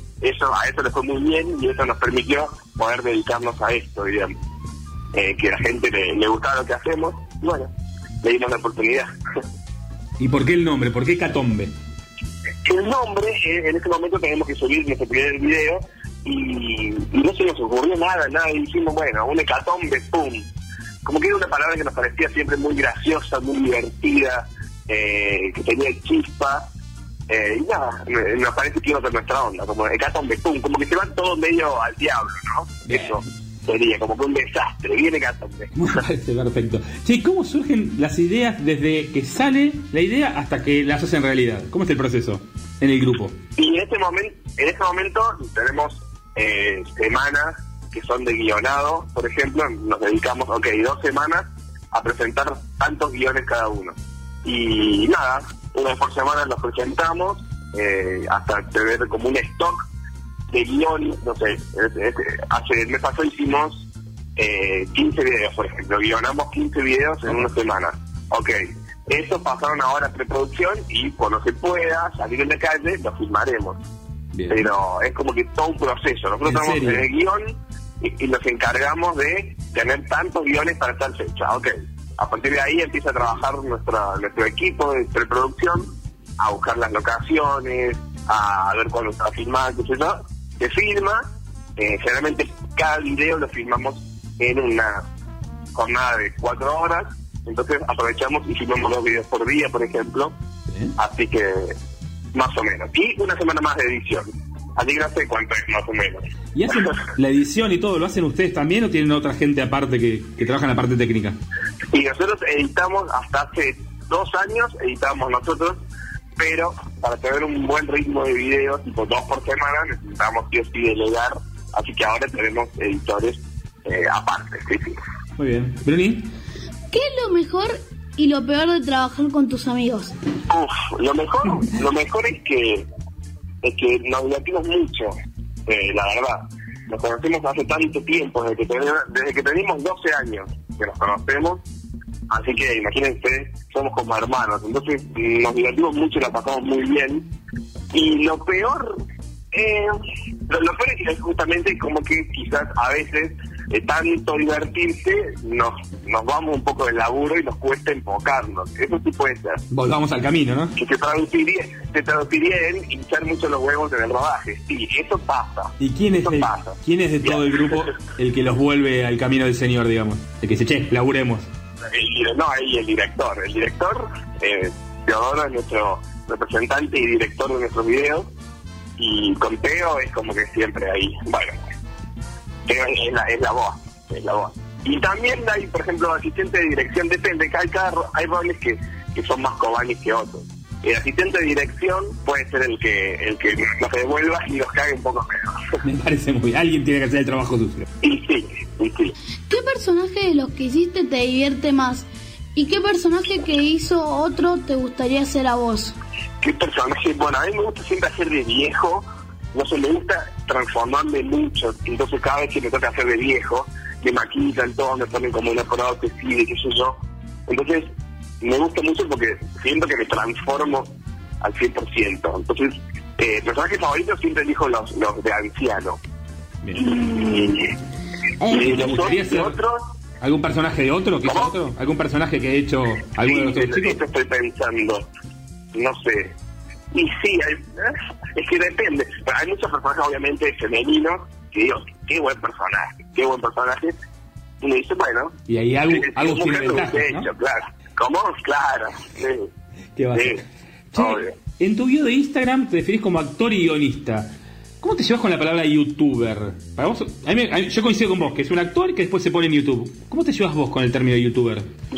a eso le fue muy bien, y eso nos permitió poder dedicarnos a esto, digamos, que a la gente le gustaba lo que hacemos, y bueno, le dimos la oportunidad. ¿Y por qué el nombre? ¿Por qué Hecatombe? El nombre, en ese momento teníamos que subir nuestro primer video y no se nos ocurrió nada, y dijimos, bueno, un hecatombe, pum. Como que era una palabra que nos parecía siempre muy graciosa, muy divertida, que tenía chispa, y nada, nos parece que iba por nuestra onda, como hecatombe, pum, como que se va todo medio al diablo, ¿no? Bien. Eso sería como que un desastre, bien Hecatombe. Me parece perfecto. Che, ¿cómo surgen las ideas desde que sale la idea hasta que las hacen realidad? ¿Cómo es el proceso en el grupo? Y en este momento tenemos semanas que son de guionado, por ejemplo, nos dedicamos, 2 semanas a presentar tantos guiones cada uno. Y nada, una vez por semana los presentamos hasta tener como un stock de guión, no sé, hace el mes pasado hicimos 15 videos, por ejemplo, guionamos 15 videos en una semana. Ok, eso pasaron ahora a preproducción y cuando se pueda salir en la calle lo filmaremos. Bien. Pero es como que todo un proceso. Nosotros estamos en el guión y nos encargamos de tener tantos guiones para tal fecha. Ok, a partir de ahí empieza a trabajar nuestro equipo de preproducción, a buscar las locaciones, a ver cuándo está filmado, qué sé yo. Se filma, generalmente cada video lo filmamos en una jornada de 4 horas, entonces aprovechamos y filmamos 2 videos por día, por ejemplo, así que más o menos, y una semana más de edición, así que no sé cuánto es más o menos. ¿Y hacen la edición y todo, lo hacen ustedes también o tienen otra gente aparte que trabaja en la parte técnica? Y nosotros editamos, hasta hace 2 años editamos nosotros, pero para tener un buen ritmo de videos, tipo 2 por semana, necesitamos sí o sí delegar, así que ahora tenemos editores aparte, sí. Muy bien. ¿Bruni? ¿Qué es lo mejor y lo peor de trabajar con tus amigos? Lo mejor es que nos divertimos mucho, la verdad. Nos conocemos hace tanto tiempo, desde que tenemos 12 años que nos conocemos. Así que imagínense, somos como hermanos, entonces nos divertimos mucho, la pasamos muy bien. Y lo peor es justamente como que quizás a veces de tanto divertirse, nos vamos un poco del laburo y nos cuesta enfocarnos. Eso sí puede ser. Volvamos al camino, ¿no? Que se traduciría en hinchar mucho los huevos en el rodaje. Sí, eso pasa. ¿Y quién es de todo el grupo el que los vuelve al camino del Señor, digamos? El que dice, che, laburemos. El director. El director, Teodoro, es nuestro representante y director de nuestros videos. Y con Teo es como que siempre ahí. Bueno, Teo es la voz. Y también hay, por ejemplo, asistente de dirección, depende, hay roles que son más cobanis que otros. El asistente de dirección puede ser el que nos devuelva y nos cague un poco menos. Me parece muy bien. Alguien tiene que hacer el trabajo sucio. Y sí. ¿Qué personaje de los que hiciste te divierte más? ¿Y qué personaje que hizo otro te gustaría hacer a vos? ¿Qué personaje? Bueno, a mí me gusta siempre hacer de viejo. No sé, me gusta transformarme mucho. Entonces cada vez que me toca hacer de viejo, me maquillan todo, me ponen como una prótesis y qué sé yo. Entonces me gusta mucho porque siento que me transformo al 100%. Entonces, personajes favoritos siempre elijo los de anciano. ¿Te gustaría ser algún personaje de otro? ¿Que hizo otro? ¿Algún personaje que ha hecho alguno de los otros chicos? Eso estoy pensando. No sé. Y sí, es que depende. Hay muchos personajes, obviamente, femeninos, que digo, qué buen personaje. Y me dice, bueno. Y ahí algo tiene ventaja, ¿no? Claro. ¿Cómo? Claro. Sí. ¿Qué va a ser? Che, en tu bio de Instagram te definís como actor y guionista. ¿Cómo te llevas con la palabra youtuber? Para vos, yo coincido con vos, que es un actor que después se pone en YouTube. ¿Cómo te llevas vos con el término youtuber?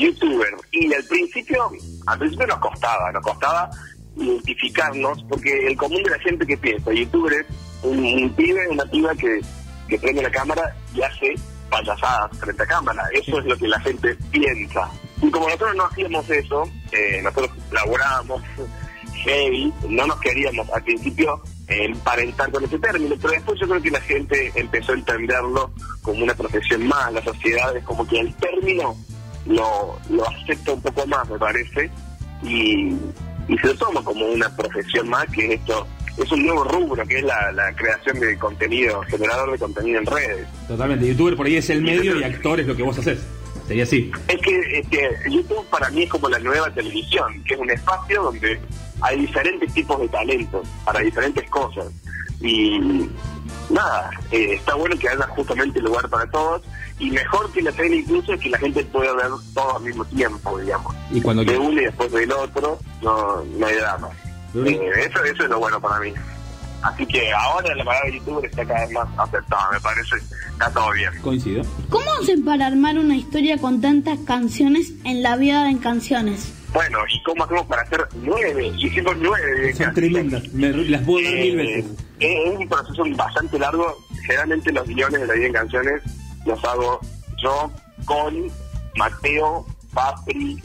Y al principio nos costaba identificarnos, porque el común de la gente que piensa, youtuber es un pibe, una piba que prende la cámara y hace payasadas frente a cámara. Eso es lo que la gente piensa. Y como nosotros no hacíamos eso, nosotros laburábamos heavy, no nos queríamos al principio emparentar con ese término, pero después yo creo que la gente empezó a entenderlo como una profesión más, la sociedad es como que el término lo acepta un poco más, me parece, y se lo toma como una profesión más, que esto es un nuevo rubro, que es la creación de contenido, generador de contenido en redes. Totalmente, youtuber por ahí es el medio y actor es lo que vos haces. Sería así. Es que YouTube para mí es como la nueva televisión, que es un espacio donde hay diferentes tipos de talentos para diferentes cosas. Y nada, está bueno que haya justamente lugar para todos. Y mejor que la tele incluso es que la gente pueda ver todo al mismo tiempo, digamos. Y cuando de uno y después del otro, no hay drama. Eso es lo bueno para mí. Así que ahora la palabra youtuber está cada vez más aceptada, me parece. Está todo bien. Coincido. ¿Cómo hacen para armar una historia con tantas canciones en la vida en canciones? Bueno, ¿y cómo hacemos para hacer 9? Hicimos 9. Son tremendas, las puedo ver 1000 veces. Es un proceso bastante largo. Generalmente los guiones de la vida en canciones los hago yo con Mateo, Papri,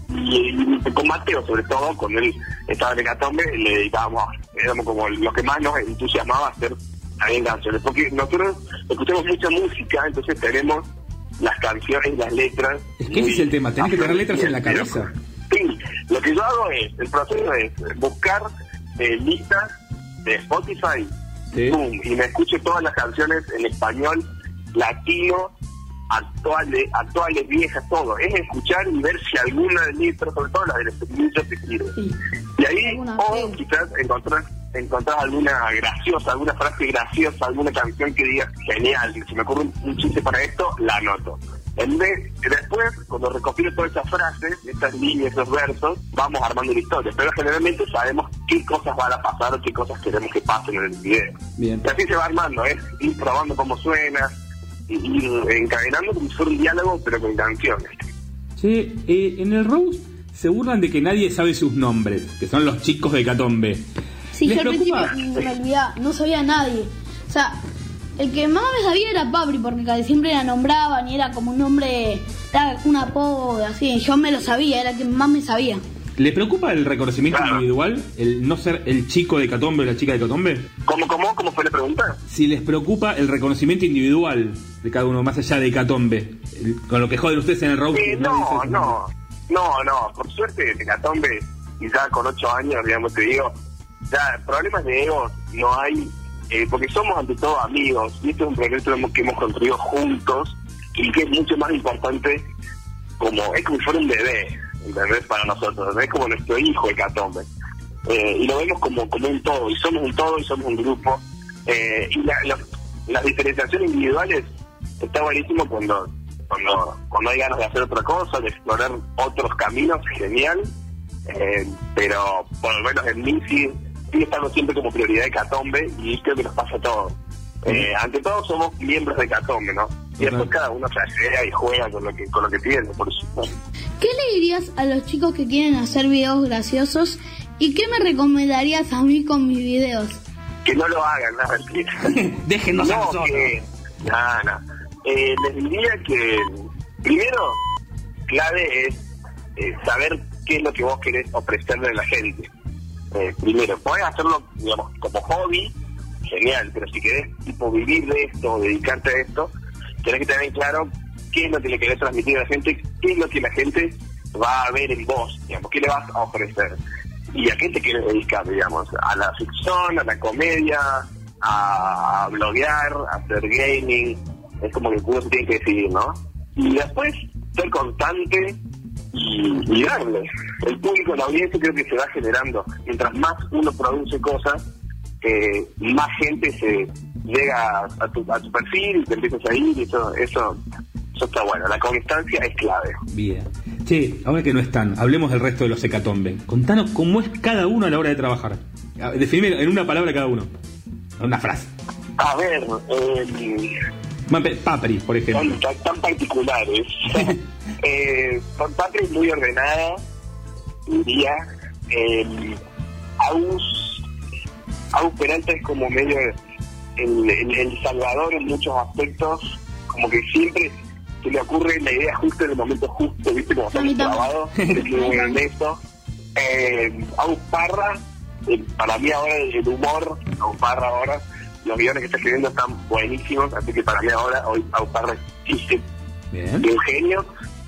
y con Mateo sobre todo, cuando él estaba en Hecatombe, le dedicábamos, éramos como lo que más nos entusiasmaba hacer también canciones, porque nosotros escuchamos mucha música, entonces tenemos las canciones y las letras. Es que ese es el tema, tenés que tener letras en la cabeza. Sí, lo que yo hago el proceso es buscar listas de Spotify, boom, y me escucho todas las canciones en español, latino, actuales, viejas, todo. Es escuchar y ver si alguna de mis, pero sobre todo las de los niños te sirve. Sí. Y ahí, o quizás encontrás alguna graciosa, alguna frase graciosa, alguna canción que digas, genial, si me ocurre un chiste para esto, la anoto. Después, cuando recopilo todas esas frases, estas líneas, esos versos, vamos armando la historia. Pero generalmente sabemos qué cosas van a pasar o qué cosas queremos que pasen en el video. Bien. Y así se va armando, ir probando cómo suena, ir encadenando como si fuera un diálogo, pero con canciones. Sí, en el roast se burlan de que nadie sabe sus nombres, que son los chicos de Hecatombe. Sí, yo al principio en realidad no sabía nadie. O sea, el que más me sabía era Papri, porque casi siempre la nombraban y era como un nombre, era un apodo, así. Yo me lo sabía, era el que más me sabía. ¿Le preocupa el reconocimiento individual? ¿El no ser el chico de Hecatombe o la chica de Hecatombe? ¿Cómo fue la pregunta? Si les preocupa el reconocimiento individual de cada uno, más allá de Hecatombe, con lo que joden ustedes en el roast. No, por suerte en Hecatombe, y ya con 8 años, digamos, te digo, ya problemas de ego no hay. porque somos ante todo amigos, y este es un proyecto que hemos construido juntos, y que es mucho más importante, es como si fuera un bebé, ¿entendés? Para nosotros, es como nuestro hijo Hecatombe, y lo vemos como un todo, y somos un grupo, y las diferenciaciones individuales está buenísimo cuando hay ganas de hacer otra cosa, de explorar otros caminos, genial, pero por lo menos en mí sigue estando siempre como prioridad Hecatombe, y creo que nos pasa a todos. Ante todo somos miembros de Hecatombe, ¿no? Y después cada uno se asea y juega con lo que tiene, por supuesto. ¿Qué le dirías a los chicos que quieren hacer videos graciosos y qué me recomendarías a mí con mis videos? Que no lo hagan, nada. Déjenos a nosotros. Nada. Les diría que primero, clave es saber qué es lo que vos querés ofrecerle a la gente. Primero, podés hacerlo, digamos, como hobby, genial, pero si querés tipo vivir de esto, dedicarte a esto, tenés que tener claro qué es lo que le querés transmitir a la gente, qué es lo que la gente va a ver en vos, digamos, qué le vas a ofrecer. ¿Y a qué te quieres dedicar, digamos? A la ficción, a la comedia, a bloguear, a hacer gaming. Es como que uno se tiene que decidir, ¿no? Y después ser constante y darle. El público, la audiencia creo que se va generando. Mientras más uno produce cosas, más gente se llega a tu perfil y te empiezas a ir, y eso está bueno. La constancia es clave. Bien. Che, ahora que no están, hablemos del resto de los Hecatombe. Contanos cómo es cada uno a la hora de trabajar. Definime en una palabra cada uno. Una frase. A ver, Papri, por ejemplo. Son tan particulares. Papri es muy ordenada, diría. Agus Peralta es como medio el salvador en muchos aspectos, como que siempre se le ocurre la idea justo en el momento justo, ¿viste? Como está grabado, es muy honesto. Agus Parra, para mí ahora el humor, Agus Parra ahora, los guiones que está escribiendo están buenísimos, así que para mí ahora hoy Agus Parra es un genio.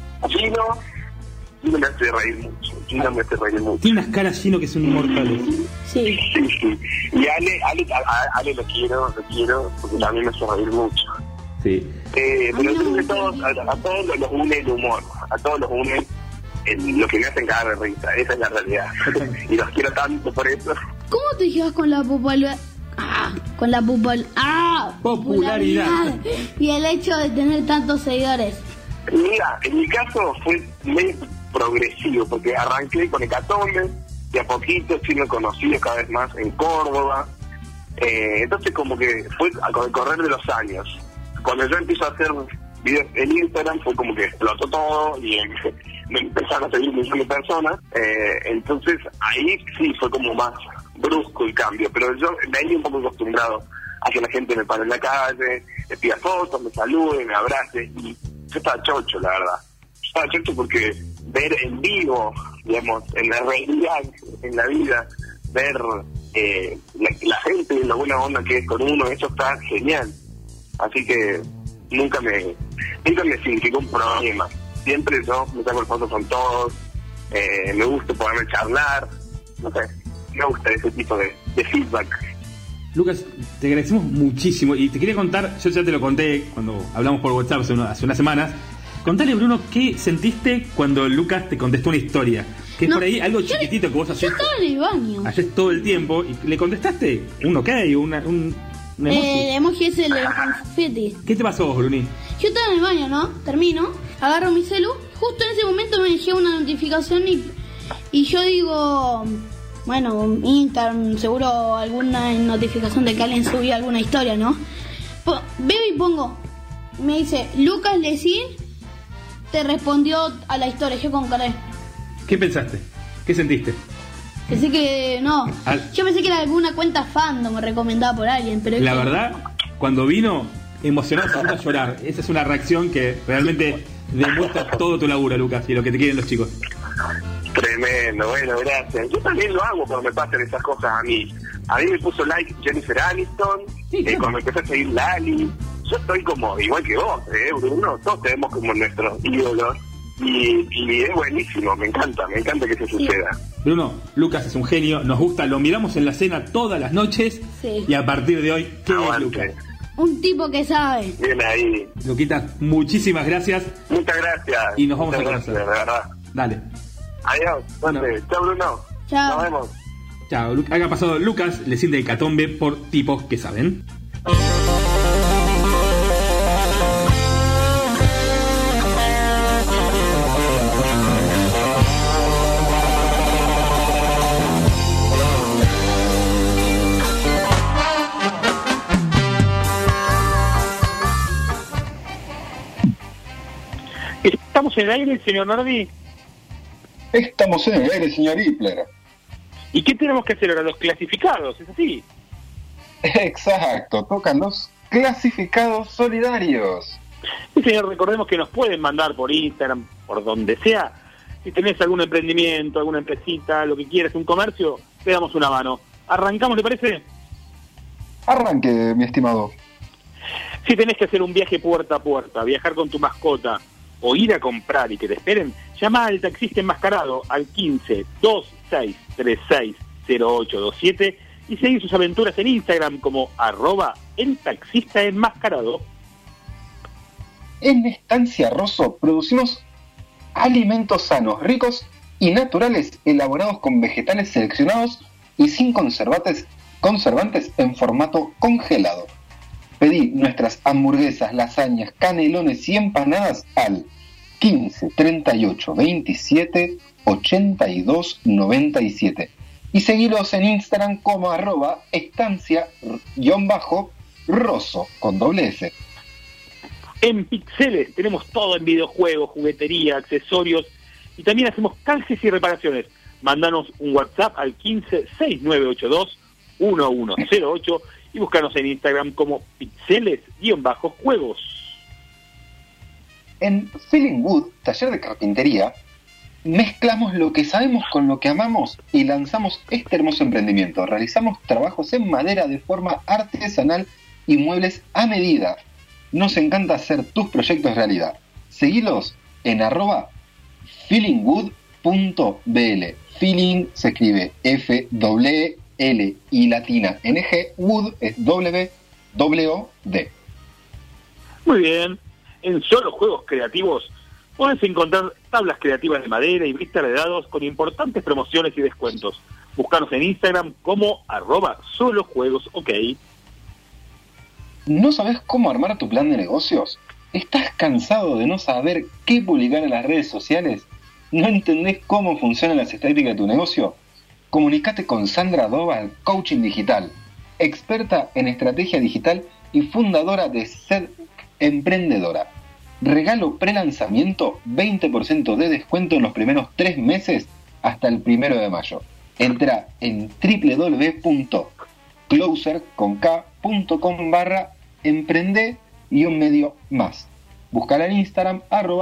Gino me hace reír mucho. Tiene unas caras Gino que son mortales. Sí. Y Ale lo quiero, porque también me hace reír mucho. Sí. Pero creo que a todos los une el humor, a todos los une lo que me hacen cagar de risa, esa es la realidad. Y los quiero tanto por eso. ¿Cómo te llevas con la popularidad y el hecho de tener tantos seguidores? Mira, en mi caso fue medio progresivo, porque arranqué con Hecatombe, y a poquito me conocido cada vez más en Córdoba. Entonces como que fue con el correr de los años. Cuando yo empiezo a hacer videos en Instagram fue como que explotó todo y me empezaron a seguir millones de personas. Entonces ahí sí fue como más brusco el cambio, pero yo me he ido un poco acostumbrado a que la gente me pare en la calle, me pida fotos, me salude, me abrace, y yo estaba chocho, la verdad. Yo estaba chocho porque ver en vivo, digamos, en la realidad, en la vida, ver la gente, la buena onda que es con uno, eso está genial. Así que nunca me significó un problema. Siempre yo me saco fotos con todos, me gusta poderme charlar, no sé, me gusta ese tipo de feedback. Lucas, te agradecemos muchísimo y te quería contar, yo ya te lo conté cuando hablamos por WhatsApp hace unas semanas. Contale, Bruno, ¿qué sentiste cuando Lucas te contestó una historia? Que es por ahí algo chiquitito que vos haces. Yo estaba en el baño. Haces todo el tiempo y le contestaste un ok, un emoji. El emoji es el confeti. ¿Qué te pasó vos, Bruni? Yo estaba en el baño, ¿no? Termino, agarro mi celu, justo en ese momento me llega una notificación y yo digo, bueno, Instagram, seguro alguna notificación de que alguien subió alguna historia, ¿no? Veo y pongo, me dice, Lucas Lecín te respondió a la historia, yo concordé. ¿Qué pensaste? ¿Qué sentiste? Pensé que no, yo pensé que era alguna cuenta fandom recomendada por alguien, pero la verdad, cuando vino emocionado se puso a llorar. Esa es una reacción que realmente demuestra todo tu laburo, Lucas, y lo que te quieren los chicos. Tremendo, bueno, gracias. Yo también lo hago cuando me pasan esas cosas a mí. A mí me puso like Jennifer Aniston, cuando empecé a seguir Lali. Yo estoy como igual que vos, Bruno, todos tenemos como nuestros ídolos y es buenísimo, me encanta que eso suceda. Bruno, Lucas es un genio, nos gusta, lo miramos en la cena todas las noches. Sí. Y a partir de hoy, ¿qué es Lucas? Un tipo que sabe. Bien ahí. Luquita, muchísimas gracias. Muchas gracias. Y nos vamos Muchas a conocer. gracias, de verdad. Dale. Adiós. Bueno. Chao, Bruno. Chao. Nos vemos. Chao. Acá ha pasado Lucas, le siente Hecatombe por tipos que saben. ¿Estamos en el aire, señor Nardi? Estamos en el aire, señor Hippler. ¿Y qué tenemos que hacer ahora? Los clasificados, ¿es así? Exacto, tocan los clasificados solidarios. Sí, señor, recordemos que nos pueden mandar por Instagram, por donde sea. Si tenés algún emprendimiento, alguna empresita, lo que quieras, un comercio, te damos una mano. ¿Arrancamos, le parece? Arranque, mi estimado. Si tenés que hacer un viaje puerta a puerta, viajar con tu mascota o ir a comprar y que te esperen, llama al taxista enmascarado al 15-2636-0827 y seguir sus aventuras en Instagram como @eltaxistaenmascarado. En Estancia Rosso producimos alimentos sanos, ricos y naturales elaborados con vegetales seleccionados y sin conservantes en formato congelado. Pedí nuestras hamburguesas, lasañas, canelones y empanadas al 15 38 27 82 97 y seguilos en Instagram como @estancia_rosso con doble S. En Pixeles tenemos todo en videojuegos, juguetería, accesorios y también hacemos calces y reparaciones. Mándanos un WhatsApp al 15 6982 1108 y búscanos en Instagram como pixeles_juegos. En Feeling Wood, taller de carpintería, mezclamos lo que sabemos con lo que amamos y lanzamos este hermoso emprendimiento. Realizamos trabajos en madera de forma artesanal y muebles a medida. Nos encanta hacer tus proyectos realidad. Seguilos en @feelingwood.bl. Feeling se escribe F-L y latina NG, Wood es W-O-D. Muy bien. En Solo Juegos Creativos podés encontrar tablas creativas de madera y vistas de dados con importantes promociones y descuentos. Búscanos en Instagram como @solojuegosok. ¿No sabes cómo armar tu plan de negocios? ¿Estás cansado de no saber qué publicar en las redes sociales? ¿No entendés cómo funcionan las estadísticas de tu negocio? Comunicate con Sandra Doval, Coaching Digital, experta en estrategia digital y fundadora de Sed Emprendedora. Regalo prelanzamiento, 20% de descuento en los primeros 3 meses hasta el 1 de mayo. Entra en www.closer.com/emprende-medio más. Buscala en Instagram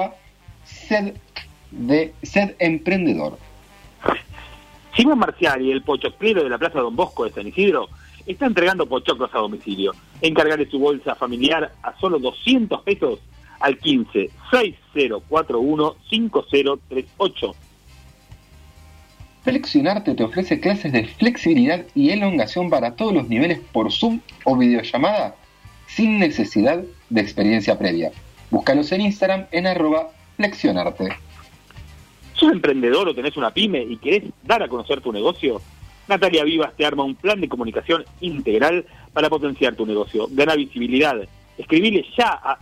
@sedemprendedor. Simón Marcial y el pochoclero de la Plaza Don Bosco de San Isidro está entregando pochoclos a domicilio. Encargale su bolsa familiar a solo 200 pesos al 15 6041 5038. Flexionarte te ofrece clases de flexibilidad y elongación para todos los niveles por Zoom o videollamada sin necesidad de experiencia previa. Búscalos en Instagram en @flexionarte. ¿Sos emprendedor o tenés una pyme y querés dar a conocer tu negocio? Natalia Vivas te arma un plan de comunicación integral para potenciar tu negocio. Gana visibilidad. Escribile ya a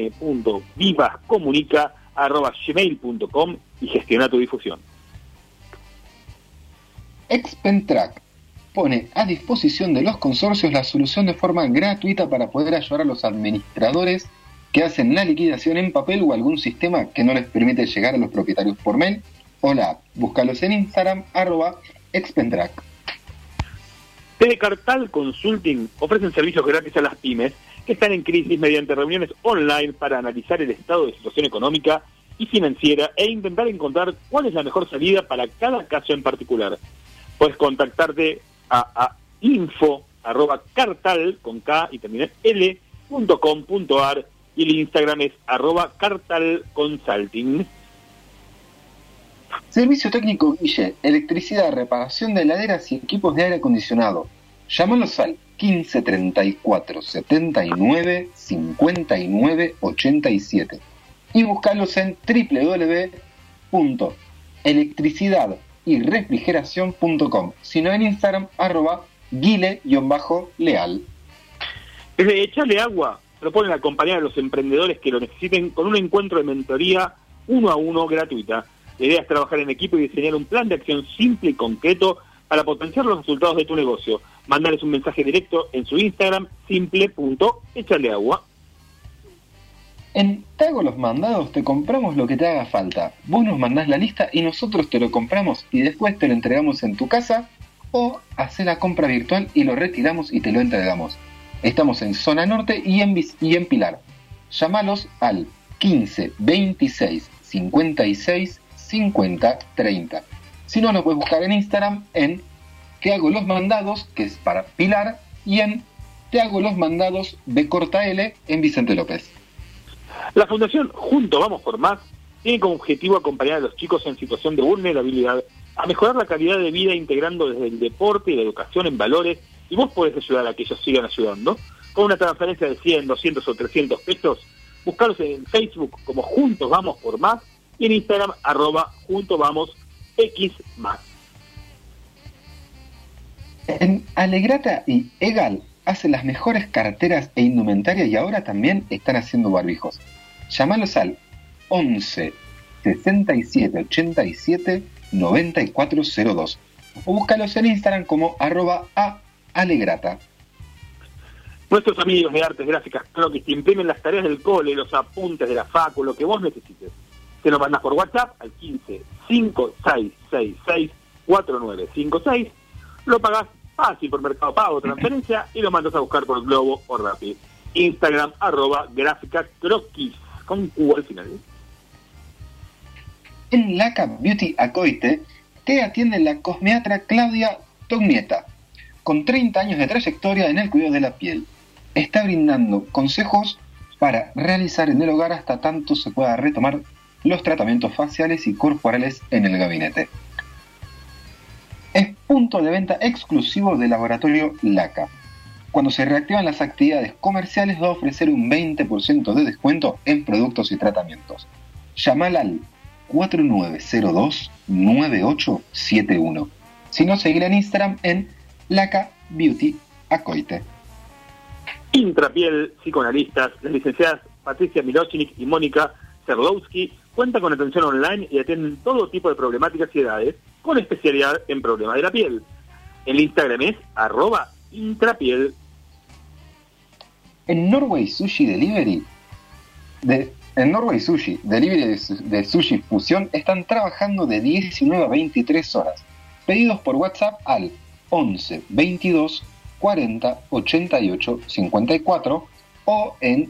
m.vivascomunica@gmail.com y gestiona tu difusión. Expentrack pone a disposición de los consorcios la solución de forma gratuita para poder ayudar a los administradores que hacen la liquidación en papel o algún sistema que no les permite llegar a los propietarios por mail o la app. Búscalos en Instagram @Expentrack. Telecartal Consulting ofrecen servicios gratis a las pymes que están en crisis mediante reuniones online para analizar el estado de situación económica y financiera e intentar encontrar cuál es la mejor salida para cada caso en particular. Puedes contactarte a info@cartal con K y también l.com.ar y el Instagram es @cartalconsulting. Servicio técnico Guille, electricidad, reparación de heladeras y equipos de aire acondicionado. Llámalos al 15 34 79 59 87 y buscalos en www.electricidadyrefrigeracion.com, sino en Instagram @guile_leal. Desde Echarle Agua proponen acompañar a los emprendedores que lo necesiten con un encuentro de mentoría 1 a 1 gratuita. La idea es trabajar en equipo y diseñar un plan de acción simple y concreto para potenciar los resultados de tu negocio. Mandarles un mensaje directo en su Instagram, simple.echarleagua. En Te Hago los Mandados te compramos lo que te haga falta. Vos nos mandás la lista y nosotros te lo compramos y después te lo entregamos en tu casa, o hacés la compra virtual y lo retiramos y te lo entregamos. Estamos en Zona Norte y en Pilar. Llámalos al 15 26 56 50 30. Si no, lo puedes buscar en Instagram en Te Hago los Mandados, que es para Pilar, y en Te Hago los Mandados B_L en Vicente López. La Fundación Juntos Vamos por Más tiene como objetivo acompañar a los chicos en situación de vulnerabilidad a mejorar la calidad de vida integrando desde el deporte y la educación en valores, y vos podés ayudar a que ellos sigan ayudando con una transferencia de 100, 200 o 300 pesos. Buscaros en Facebook como Juntos Vamos por Más y en Instagram @JuntosVamosX+. En Alegrata y Egal hacen las mejores carteras e indumentaria y ahora también están haciendo barbijos. Llámalos al 11 67 87 9402 o búscalos en Instagram como @alegrata. Nuestros amigos de Artes Gráficas Croquis te imprimen las tareas del cole, los apuntes de la facu, lo que vos necesites. Te lo mandás por WhatsApp al 15 5666 4956, lo pagás fácil por Mercado Pago, transferencia, y lo mandas a buscar por Globo o Rappi. Instagram @gráficacroquis con Q al final. En Laca Beauty Acoite te atiende la cosmiatra Claudia Tognieta, con 30 años de trayectoria en el cuidado de la piel. Está brindando consejos para realizar en el hogar hasta tanto se pueda retomar los tratamientos faciales y corporales en el gabinete. Es punto de venta exclusivo del laboratorio Laca. Cuando se reactivan las actividades comerciales va a ofrecer un 20% de descuento en productos y tratamientos. Llámala al 4902-9871. Si no, seguir en Instagram en Laca Beauty Acoite. Intrapiel, psicoanalistas, las licenciadas Patricia Milochnik y Mónica Zerlowski cuentan con atención online y atienden todo tipo de problemáticas y edades, con especialidad en problemas de la piel. El Instagram es @intrapiel. En Norway Sushi Delivery de Sushi Fusión están trabajando de 19 a 23 horas. Pedidos por WhatsApp al 11 22 40 88 54 o en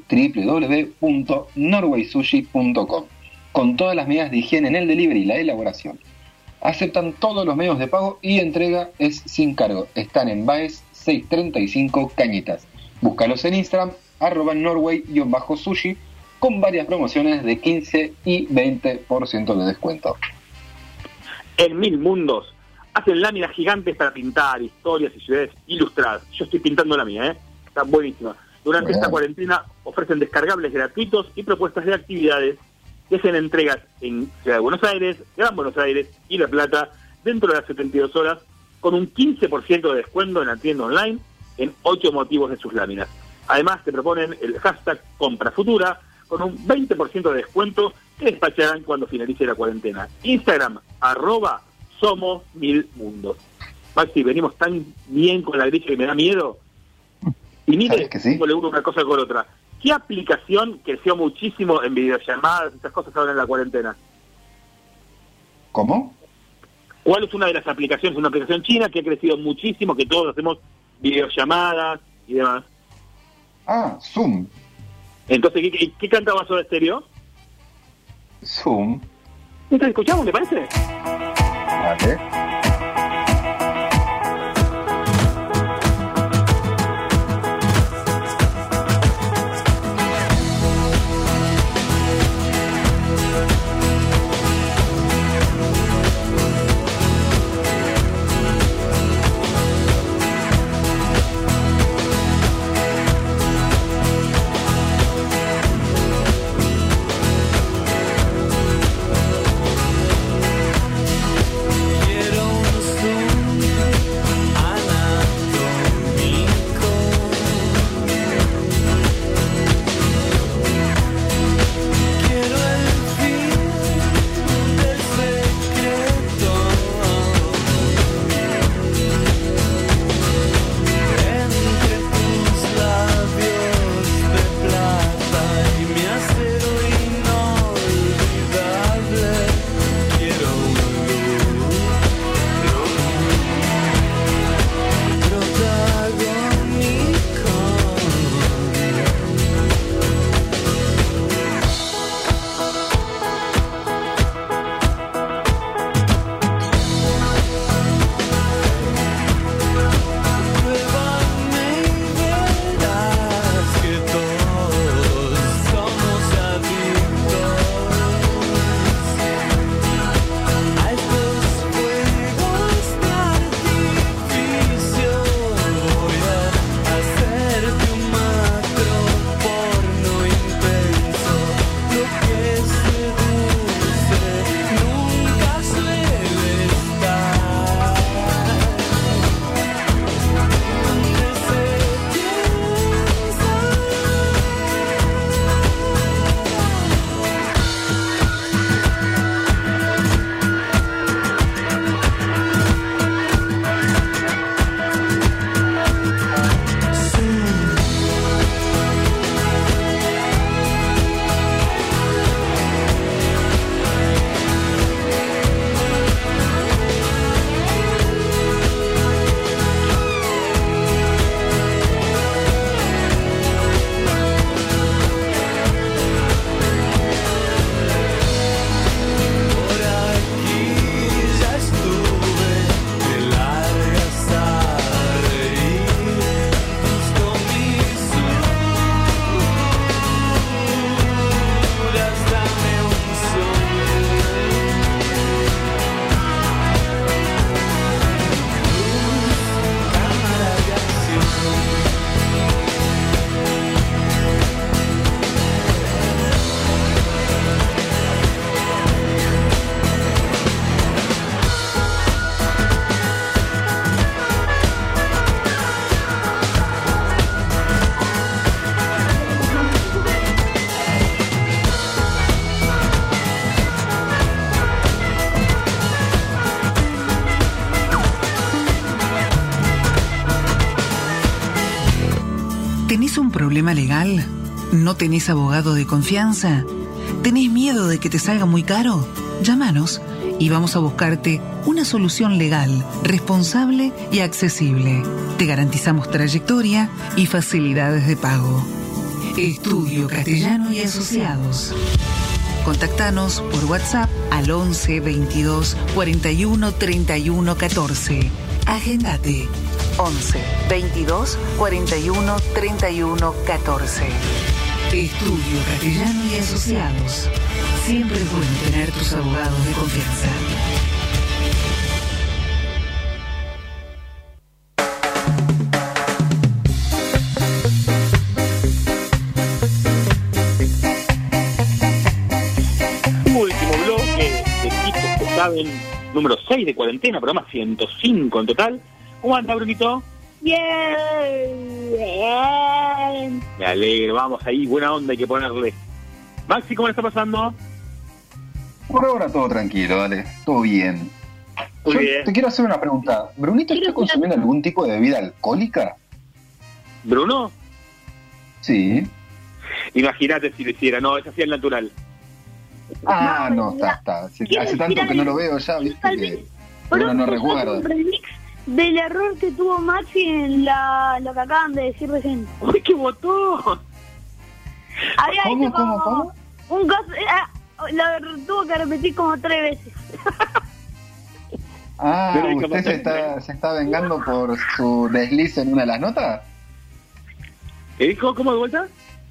www.norwaysushi.com, con todas las medidas de higiene en el delivery y la elaboración. Aceptan todos los medios de pago y entrega es sin cargo. Están en Baez 635 Cañitas. Búscalos en Instagram @norway_sushi, con varias promociones de 15 y 20% de descuento. En Mil Mundos hacen láminas gigantes para pintar historias y ciudades ilustradas. Yo estoy pintando la mía, está buenísima. Durante esta cuarentena ofrecen descargables gratuitos y propuestas de actividades que hacen entregas en Ciudad de Buenos Aires, Gran Buenos Aires y La Plata dentro de las 72 horas, con un 15% de descuento en la tienda online en 8 motivos de sus láminas. Además, te proponen el hashtag Compra Futura con un 20% de descuento que despacharán cuando finalice la cuarentena. Instagram @somos1000mundos. Maxi, venimos tan bien con la gripe que me da miedo. Y mire, le uno una cosa con otra. ¿Qué aplicación creció muchísimo en videollamadas, estas cosas ahora en la cuarentena? ¿Cómo? ¿Cuál es una de las aplicaciones? Una aplicación china que ha crecido muchísimo, que todos hacemos videollamadas y demás. Zoom. Entonces, ¿qué cantaba Soda Stereo? Zoom. Entonces, ¿escuchamos, te parece? Vale. problema legal? ¿No tenés abogado de confianza? ¿Tenés miedo de que te salga muy caro? Llámanos y vamos a buscarte una solución legal, responsable y accesible. Te garantizamos trayectoria y facilidades de pago. Estudio Castellano y Asociados. Contactanos por WhatsApp al 11 22 41 31 14. Agendate. 11 22 41 31 14. Estudio Castellano y Asociados. Siempre es bueno tener tus abogados de confianza. Último bloque de equipos que saben, número 6 de cuarentena, programa 105 en total. ¿Cómo anda, Brunito? Bien. Me alegro, vamos ahí, buena onda hay que ponerle. Maxi, ¿cómo le está pasando? Por ahora todo tranquilo, dale, todo bien. Muy bien. Te quiero hacer una pregunta. ¿Brunito está consumiendo algún tipo de bebida alcohólica? ¿Bruno? Sí. Imagínate si lo hiciera, no, es así el natural. Ah, no, está. Hace tanto que no lo veo ya, viste que uno no recuerda. Un remix del error que tuvo Maxi en lo que acaban de decir recién. ¡Uy, qué botón! Había ¿Cómo, hecho como un caso, lo tuvo que repetir como 3 veces. Ah, ¿usted se está vengando por su desliz en una de las notas? ¿Qué dijo? ¿Cómo de vuelta?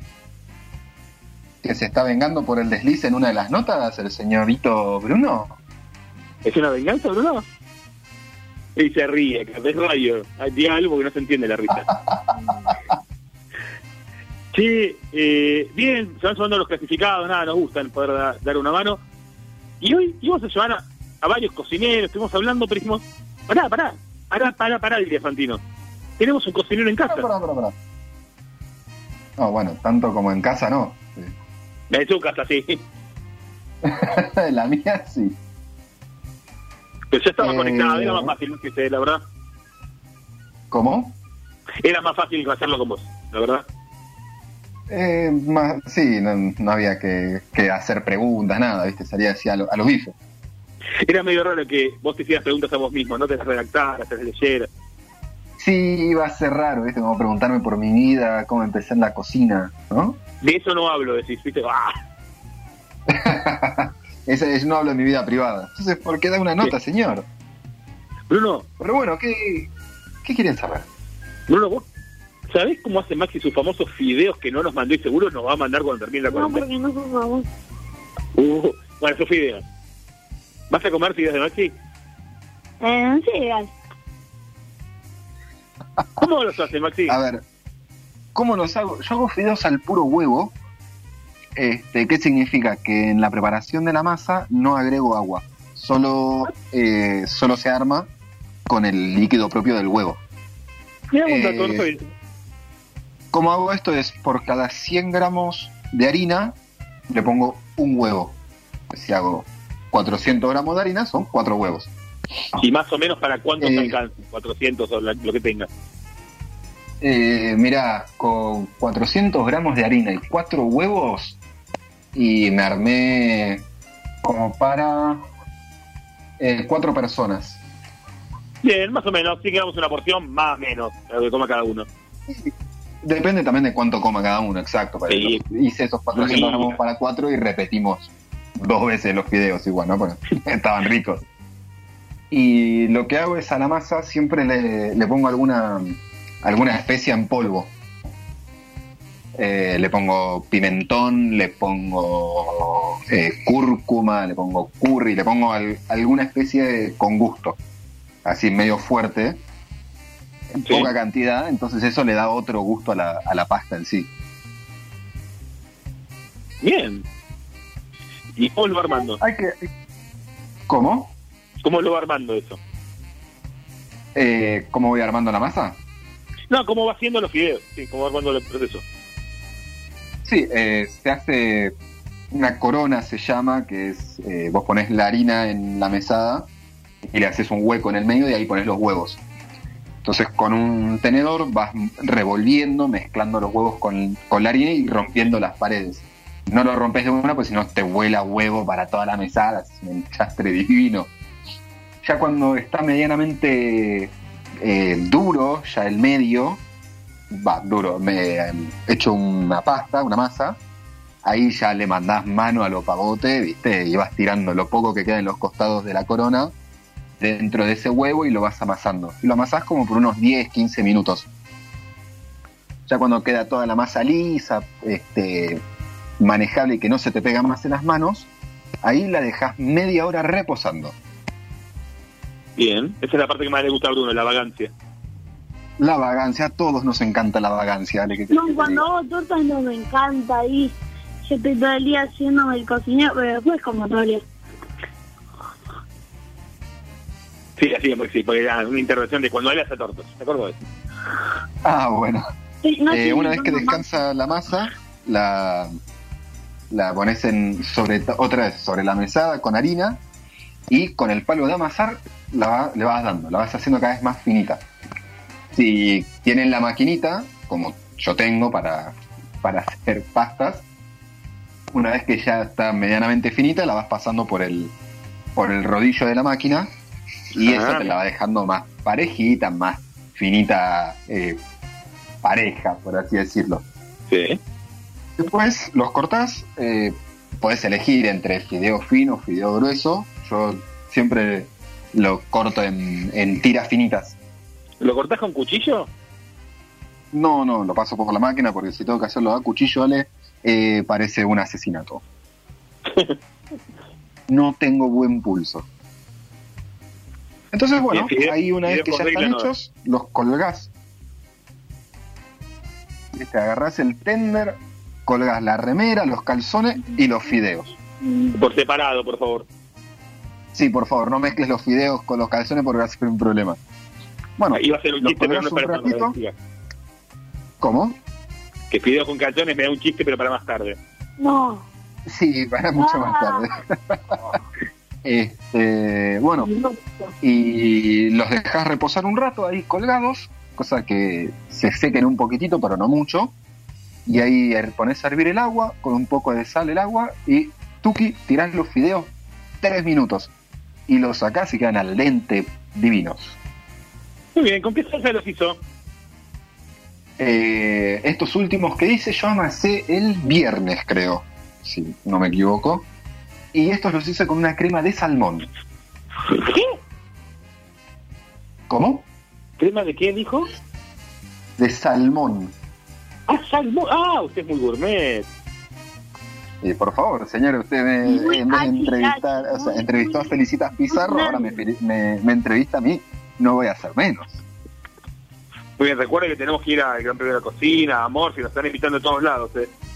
¿Que se está vengando por el desliz en una de las notas el señorito Bruno? ¿Es una venganza, Bruno? Y se ríe, que es radio. Diga algo porque no se entiende la risa. Sí, bien, se van sumando los clasificados, nada, nos gustan poder dar una mano. Y hoy íbamos a llevar a varios cocineros, estuvimos hablando, pero dijimos, pará, diría Fantino. Tenemos un cocinero en casa. Pará. No, bueno, tanto como en casa no. En su casa, sí. La mía sí. Pero ya estaba conectado, era más fácil que usted, la verdad. ¿Cómo? Era más fácil hacerlo con vos, la verdad. Sí, no había que hacer preguntas, nada, ¿viste? Salía así a los bifes. Era medio raro que vos te hicieras preguntas a vos mismo, no te las redactaras, te las leyeras. Sí, iba a ser raro, ¿viste? Como preguntarme por mi vida, cómo empecé en la cocina, ¿no? De eso no hablo, decís, ¿viste? No hablo de mi vida privada. Entonces, ¿por qué da una nota, señor? Bruno. Pero bueno, ¿qué quieren saber? Bruno, ¿vos sabés cómo hace Maxi sus famosos fideos que no nos mandó y seguro nos va a mandar cuando termine la cuarentena? No, porque no son famosos. Bueno, sus fideos. ¿Vas a comer fideos de Maxi? Sí, dale. ¿Cómo los hace, Maxi? A ver, ¿cómo los hago? Yo hago fideos al puro huevo. ¿Qué significa? Que en la preparación de la masa no agrego agua. Solo se arma con el líquido propio del huevo. ¿Cómo hago esto? Es por cada 100 gramos de harina le pongo un huevo. Si hago 400 gramos de harina son 4 huevos. ¿Y más o menos para cuánto te alcanza? 400 o lo que tengas. Mirá, con 400 gramos de harina y 4 huevos y me armé como para 4 personas. Bien, más o menos, si quedamos una porción, más o menos, lo que coma cada uno. Depende también de cuánto coma cada uno, exacto. Sí. Hice esos 400 gramos para 4 y repetimos 2 veces los fideos igual, ¿no? Porque estaban ricos. Y lo que hago es a la masa siempre le pongo alguna especia en polvo. Le pongo pimentón, le pongo cúrcuma, le pongo curry, le pongo alguna especie con gusto, así medio fuerte, en poca cantidad, entonces eso le da otro gusto a la pasta en sí. Bien. ¿Y cómo lo va armando? ¿Cómo? ¿Cómo lo va armando eso? ¿Cómo voy armando la masa? No, ¿cómo va haciendo los fideos? Sí, ¿cómo va armando el proceso? Sí, se hace una corona, se llama, que es, vos ponés la harina en la mesada y le haces un hueco en el medio y ahí ponés los huevos. Entonces con un tenedor vas revolviendo, mezclando los huevos con la harina y rompiendo las paredes. No lo rompes de una, pues si no te vuela huevo para toda la mesada, es un enchastre divino. Ya cuando está medianamente duro, ya el medio, duro, hecho una pasta, una masa, ahí ya le mandás mano a lo pavote, ¿viste? Y vas tirando lo poco que queda en los costados de la corona dentro de ese huevo y lo vas amasando. Y lo amasás como por unos 10-15 minutos. Ya cuando queda toda la masa lisa, manejable y que no se te pega más en las manos, ahí la dejás media hora reposando. Bien, esa es la parte que más le gusta a Bruno, la vagancia. La vagancia, a todos nos encanta la vagancia. Ale, no, cuando hago tortas no me encanta ahí. Yo estoy todo el día haciéndome el cocinero, pero después como todo el día. Sí, así es, porque era una intervención de cuando él hace tortas, ¿te acuerdas de eso? Ah, bueno. Sí, no, una vez que descansa la masa, la pones otra vez sobre la mesada con harina y con el palo de amasar le vas dando, la vas haciendo cada vez más finita. Si tienen la maquinita, como yo tengo para hacer pastas, una vez que ya está medianamente finita, la vas pasando por el rodillo de la máquina y eso te la va dejando más parejita, más finita, pareja, por así decirlo. Sí. Después los cortás, podés elegir entre fideo fino, fideo grueso. Yo siempre lo corto en tiras finitas. ¿Lo cortás con cuchillo? No, lo paso por la máquina porque si tengo que hacerlo a cuchillo, Ale, parece un asesinato. No tengo buen pulso. Entonces, bueno, ahí una vez que ya están hechos, los colgás. Te agarrás el tender, colgás la remera, los calzones y los fideos. Por separado, por favor. Sí, por favor, no mezcles los fideos con los calzones porque va a ser un problema. Bueno, iba a ser un chiste, pero no para ratito. ¿Cómo? Que fideos con calzones me da un chiste, pero para más tarde. No. Sí, para mucho más tarde. Bueno, y los dejás reposar un rato ahí colgados, cosa que se sequen un poquitito, pero no mucho. Y ahí pones a hervir el agua, con un poco de sal el agua, y tuki, tirás los fideos 3 minutos. Y los sacás y quedan al dente divinos. Muy bien, ¿con qué salsa los hizo? Estos últimos que hice yo amasé el viernes, creo, si no me equivoco. Y estos los hice con una crema de salmón. ¿Qué? ¿Cómo? ¿Crema de qué dijo? De salmón. Ah, salmón. Ah, usted es muy gourmet. Por favor, señor, usted en vez de entrevistar, entrevistó a Felicitas Pizarro, ahora me entrevista a mí. No voy a hacer menos. Muy bien, recuerden que tenemos que ir al Gran Premio de la Cocina, a Morphy, nos están invitando de todos lados.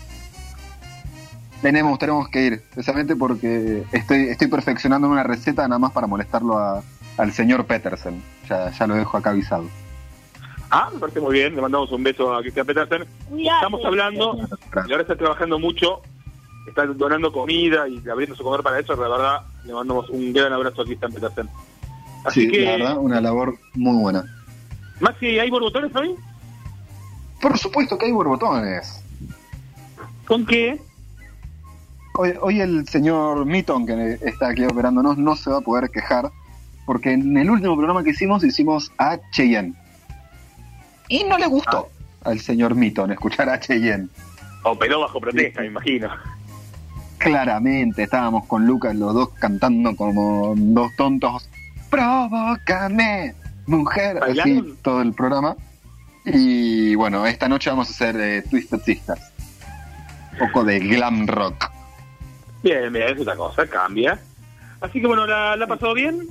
Tenemos que ir, especialmente porque estoy perfeccionando una receta nada más para molestarlo al señor Petersen. Ya lo dejo acá avisado. Ah, me parece muy bien, le mandamos un beso a Cristian Petersen. Estamos hablando, y ahora está trabajando mucho, está donando comida y abriendo su comer para eso, la verdad, le mandamos un gran abrazo a Cristian Petersen. Así sí, que, la verdad, una labor muy buena. Maxi, ¿hay borbotones hoy? Por supuesto que hay borbotones. ¿Con qué? Hoy el señor Mitton, que está aquí operándonos, no se va a poder quejar, porque en el último programa que hicimos a Cheyenne. Y no le gustó al señor Mitton escuchar a Cheyenne. Operó bajo protesta, me imagino. Claramente, estábamos con Lucas los dos cantando como dos tontos. ¡Provócame, mujer! ¿Bailaron? Así todo el programa. Y bueno, esta noche vamos a hacer Twisted Sisters. Un poco de glam rock. Bien, es otra cosa, cambia. Así que bueno, ¿la pasó bien?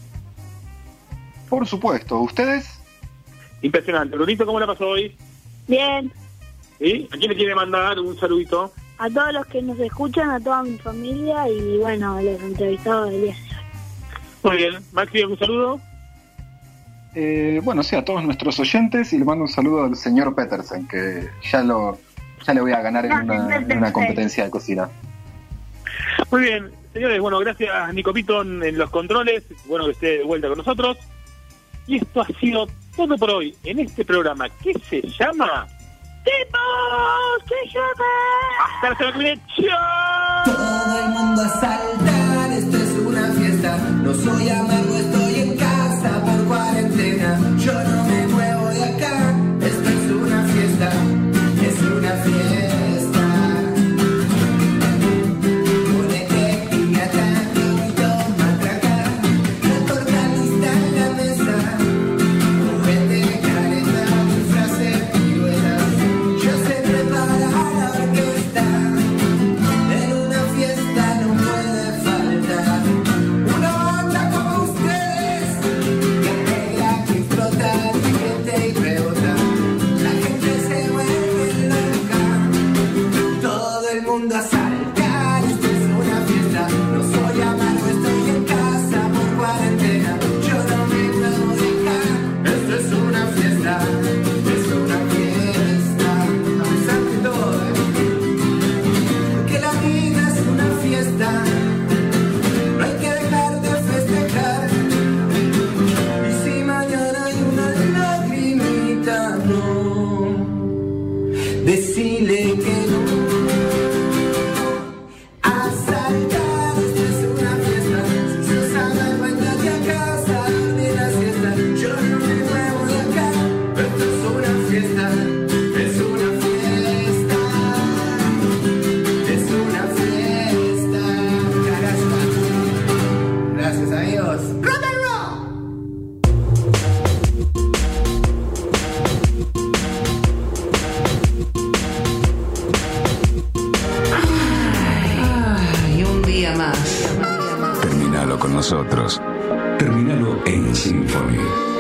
Por supuesto, ¿ustedes? Impresionante. Brunito, ¿cómo la pasó hoy? Bien. ¿Sí? ¿A quién le quiere mandar un saludito? A todos los que nos escuchan, a toda mi familia y bueno, a los entrevistados del día de hoy. Muy bien. Maxi, ¿un saludo? Bueno, sí, a todos nuestros oyentes y le mando un saludo al señor Petersen, que ya le voy a ganar en una competencia de cocina. Muy bien, señores, bueno, gracias Nico Pitton en los controles, bueno que esté de vuelta con nosotros. Y esto ha sido todo por hoy en este programa que se llama ¡Tipos que llaman! ¡Hasta la semana que viene! ¡Chao! Todo el mundo a saltar, esto es una fiesta. No soy amargo, estoy en casa por cuarentena. Yo no me muevo de acá, esto es una fiesta. Es una fiesta. Ponete piñata y toma traca. La torta lista en la mesa. Juguete, careta, disfraces, piruetas. Ya se prepara la orquesta. En una fiesta no puede faltar una banda como ustedes, que alegra, que explota, divierte y rebota. La gente se vuelve loca, todo el mundo a saltar. Esto es una fiesta, no soy amargo, estoy en casa por cuarentena. Yo no me puedo dejar, esto es una fiesta, es una fiesta. A pesar de todo, porque la vida es una fiesta, no hay que dejar de festejar. Y si mañana hay una lagrimita, no, decile que no. A saltar, esto es una fiesta. Si sos amargo, andate a casa, dormir la siesta. Yo no me muevo de acá, esto es una fiesta, es una fiesta. Es una fiesta. Gracias a Dios. ¡Rock and roll! Y un día más. Terminalo con nosotros. Terminalo en Symphony.